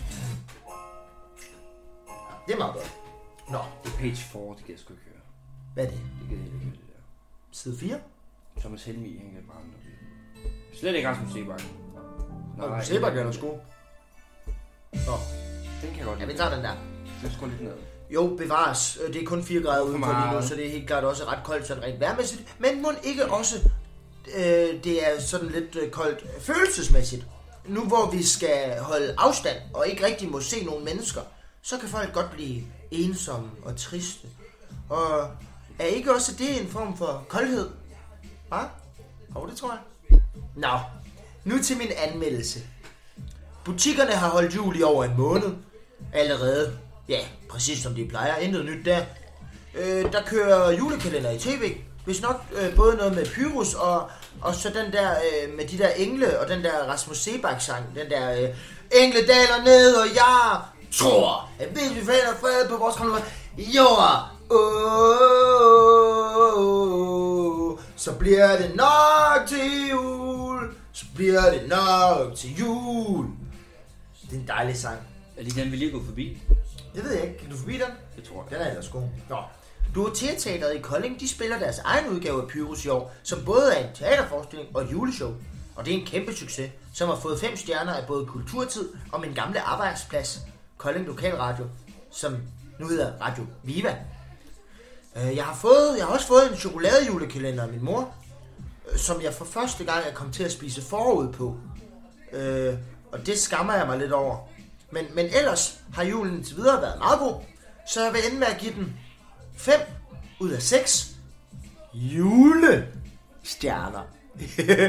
Det er meget godt. Nå. Det er page 4, det kan jeg sgu ikke høre. Hvad er det? Det kan jeg ikke høre, det der. Side 4? Thomas Helmig, han kan bare noget. Slet ikke Rasmus Sebakken. Nej, Sebakken er der sko. Nå. Den kan jeg godt lide. Ja, vi tager den der. Den skruer lidt ned. Jo, bevares. Det er kun 4 grader udenfor lige nu, så det er helt klart også ret koldt, sådan rent vejrmæssigt. Men må ikke også, det er sådan lidt koldt følelsesmæssigt. Nu hvor vi skal holde afstand og ikke rigtig må se nogen mennesker, så kan folk godt blive ensomme og triste. Og er ikke også det en form for koldhed? Hva? Det tror jeg. Nå, nu til min anmeldelse. Butikkerne har holdt jul i over en måned allerede. Ja, præcis som de plejer. Intet nyt der. Der kører julekalender i tv. Hvis nok både noget med Pyrus og så den der med de der engle og den der Rasmus Sebak-sang. Den der engle daler ned, og jeg tror, at hvis vi finder fred på vores kommende jord, så bliver det nok til jul. Så bliver det nok til jul. Det er en dejlig sang. Er det den, vi lige går forbi? Det ved jeg ikke. Kan du forbi den? Det tror jeg. Den er ellers god. Nå. Duoteatret i Kolding, de spiller deres egen udgave af Pyrus i år, som både er en teaterforestilling og et juleshow. Og det er en kæmpe succes, som har fået 5 stjerner af både Kulturtid og min gamle arbejdsplads, Kolding Lokalradio, som nu hedder Radio Viva. Jeg har også fået en chokoladejulekalender af min mor, som jeg for første gang er kommet til at spise forud på. Og det skammer jeg mig lidt over. Men ellers har julen til videre været meget god, så jeg vil ende med at give den 5 ud af 6 julestjerner.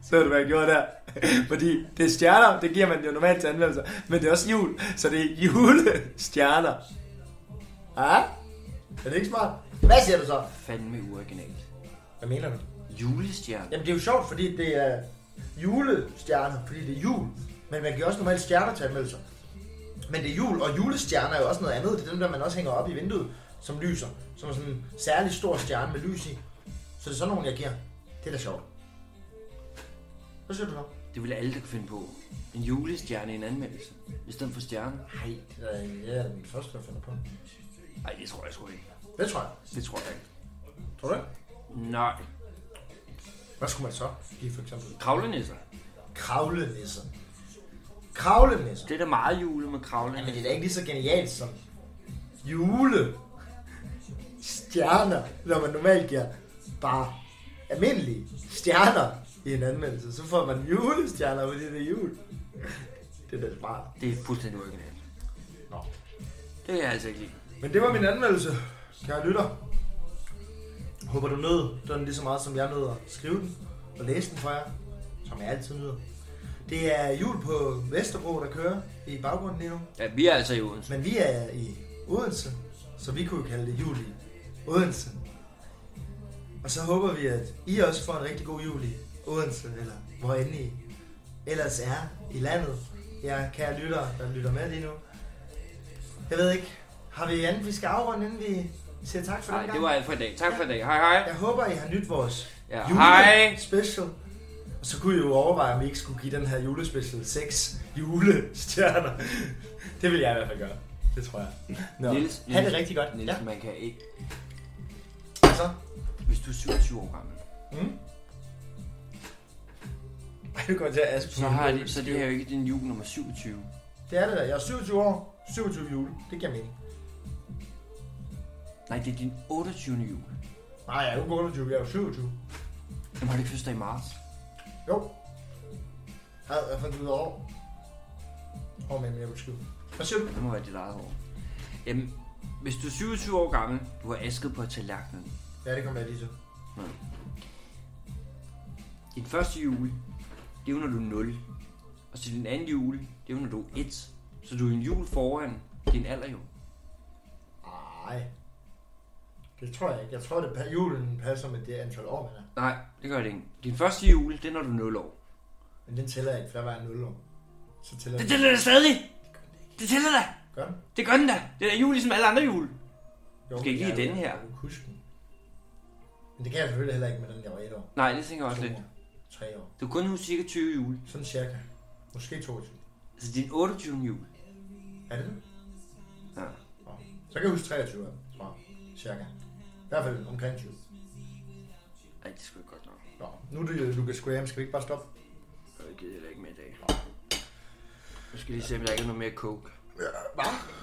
Så er det, hvad jeg gjorde der. Fordi det er stjerner, det giver man jo normalt til anmeldelser. Men det er også jul, så det er julestjerner. Ja? Er det ikke smart? Hvad siger du så? Fandme uoriginalt. Hvad mener du? Julestjerne. Jamen det er jo sjovt, fordi det er julestjerner, fordi det er jul. Men man giver også normalt stjerner til anmeldelser. Men det er jul, og julestjerner er jo også noget andet. Det er dem, der man også hænger op i vinduet, som lyser. Som er sådan en særlig stor stjerne med lys i. Så det er sådan nogle, jeg giver. Det er da sjovt. Hvad siger du så? Det ville alle, der kunne finde på. En julestjerne i en anmeldelse. I stedet for stjerne. Nej, det er den første, jeg finder på. Nej, det tror jeg sgu ikke. Det tror jeg. Det tror jeg ikke. Tror du det? Nej. Hvad skulle man så give for eksempel? Kravlenisser. Kravlenisser. Kravlenisser? Det er da meget jule med kravlenisser. Men det er da ikke lige så genialt som jule stjerner, når man normalt giver bare almindelige stjerner i en anmeldelse. Så får man julestjerner, fordi det er jul. Det er da smart. Det er fuldstændig originalt. Nå. Det er jeg altså ikke lige. Men det var min anmeldelse, kære lytter. Håber du nød den lige så meget, som jeg nød at skrive den og læse den for jer, som jeg altid nyder. Det er jul på Vesterbro, der kører i baggrunden lige nu. Ja, vi er altså i Odense. Men vi er i Odense, så vi kunne kalde det jul i Odense. Og så håber vi, at I også får en rigtig god jul i Odense, eller hvor end I ellers er i landet. Jeg kære lyttere, der lytter med lige nu. Jeg ved ikke, har vi andet, vi skal afrunde, inden vi siger tak for den gang? Nej, det var alt for i dag. Tak for i dag. Hej hej. Jeg håber, I har nyt vores julespecial. Og så kunne I jo overveje, om I ikke skulle give den her julespecial 6 julestjerner. Det vil jeg i hvert fald gøre. Det tror jeg. Nå. Niels, ha' det rigtig godt. Niels, man kan ikke... Altså? Hvis du er 27 år gammel. Du kommer til at aske på så det her jo ikke din jul nummer 27. Det er det da. Jeg er 27 år. 27 jule. Det giver mening. Nej, det er din 28. jul. Nej, jeg er jo ikke 28. Jeg er jo 27. Jamen har du ikke fødselsdag i marts? Jo. Jeg fandt ud af år. Men jeg vil skrive. Hvad siger du? Det må være dit eget år. Jamen, hvis du er 27 år gammel, du har asket på tallerkenen. Ja, det kommer jeg lige til. Din første jul, det er jo, når du er 0. Og så din anden jul, det er jo, når du er 1. Så du er en jul foran din alder jo. Nej. Det tror jeg ikke. Jeg tror, at julen passer med det antal år, man er. Nej, det gør det ikke. Din første jul, det er, når du er 0 år. Men den tæller ikke, for jeg var 0 år. Så tæller det tæller da stadig! Det tæller da! Gør den? Det gør den da! Det er jul ligesom alle andre jul. Jo, skal ikke lige den her. Jeg kan huske den. Men det kan jeg selvfølgelig heller ikke med den, jeg var 1 år. Nej, det tænker jeg også 2 lidt. år. 3 år. Du kun huske cirka 20 jule. Sådan cirka. Måske 22. Altså din 28. jul. Er det det? Ja. Så kan jeg huske 23 år, tror jeg. Cirka. I hvert fald omkring 20. Ej, det skulle godt nok. Nå, nu er det Lucas Graham. Skal vi ikke bare stoppe? Jeg gider ikke med i dag. Nu skal lige se, om jeg ikke har noget mere coke. Ja, hvad?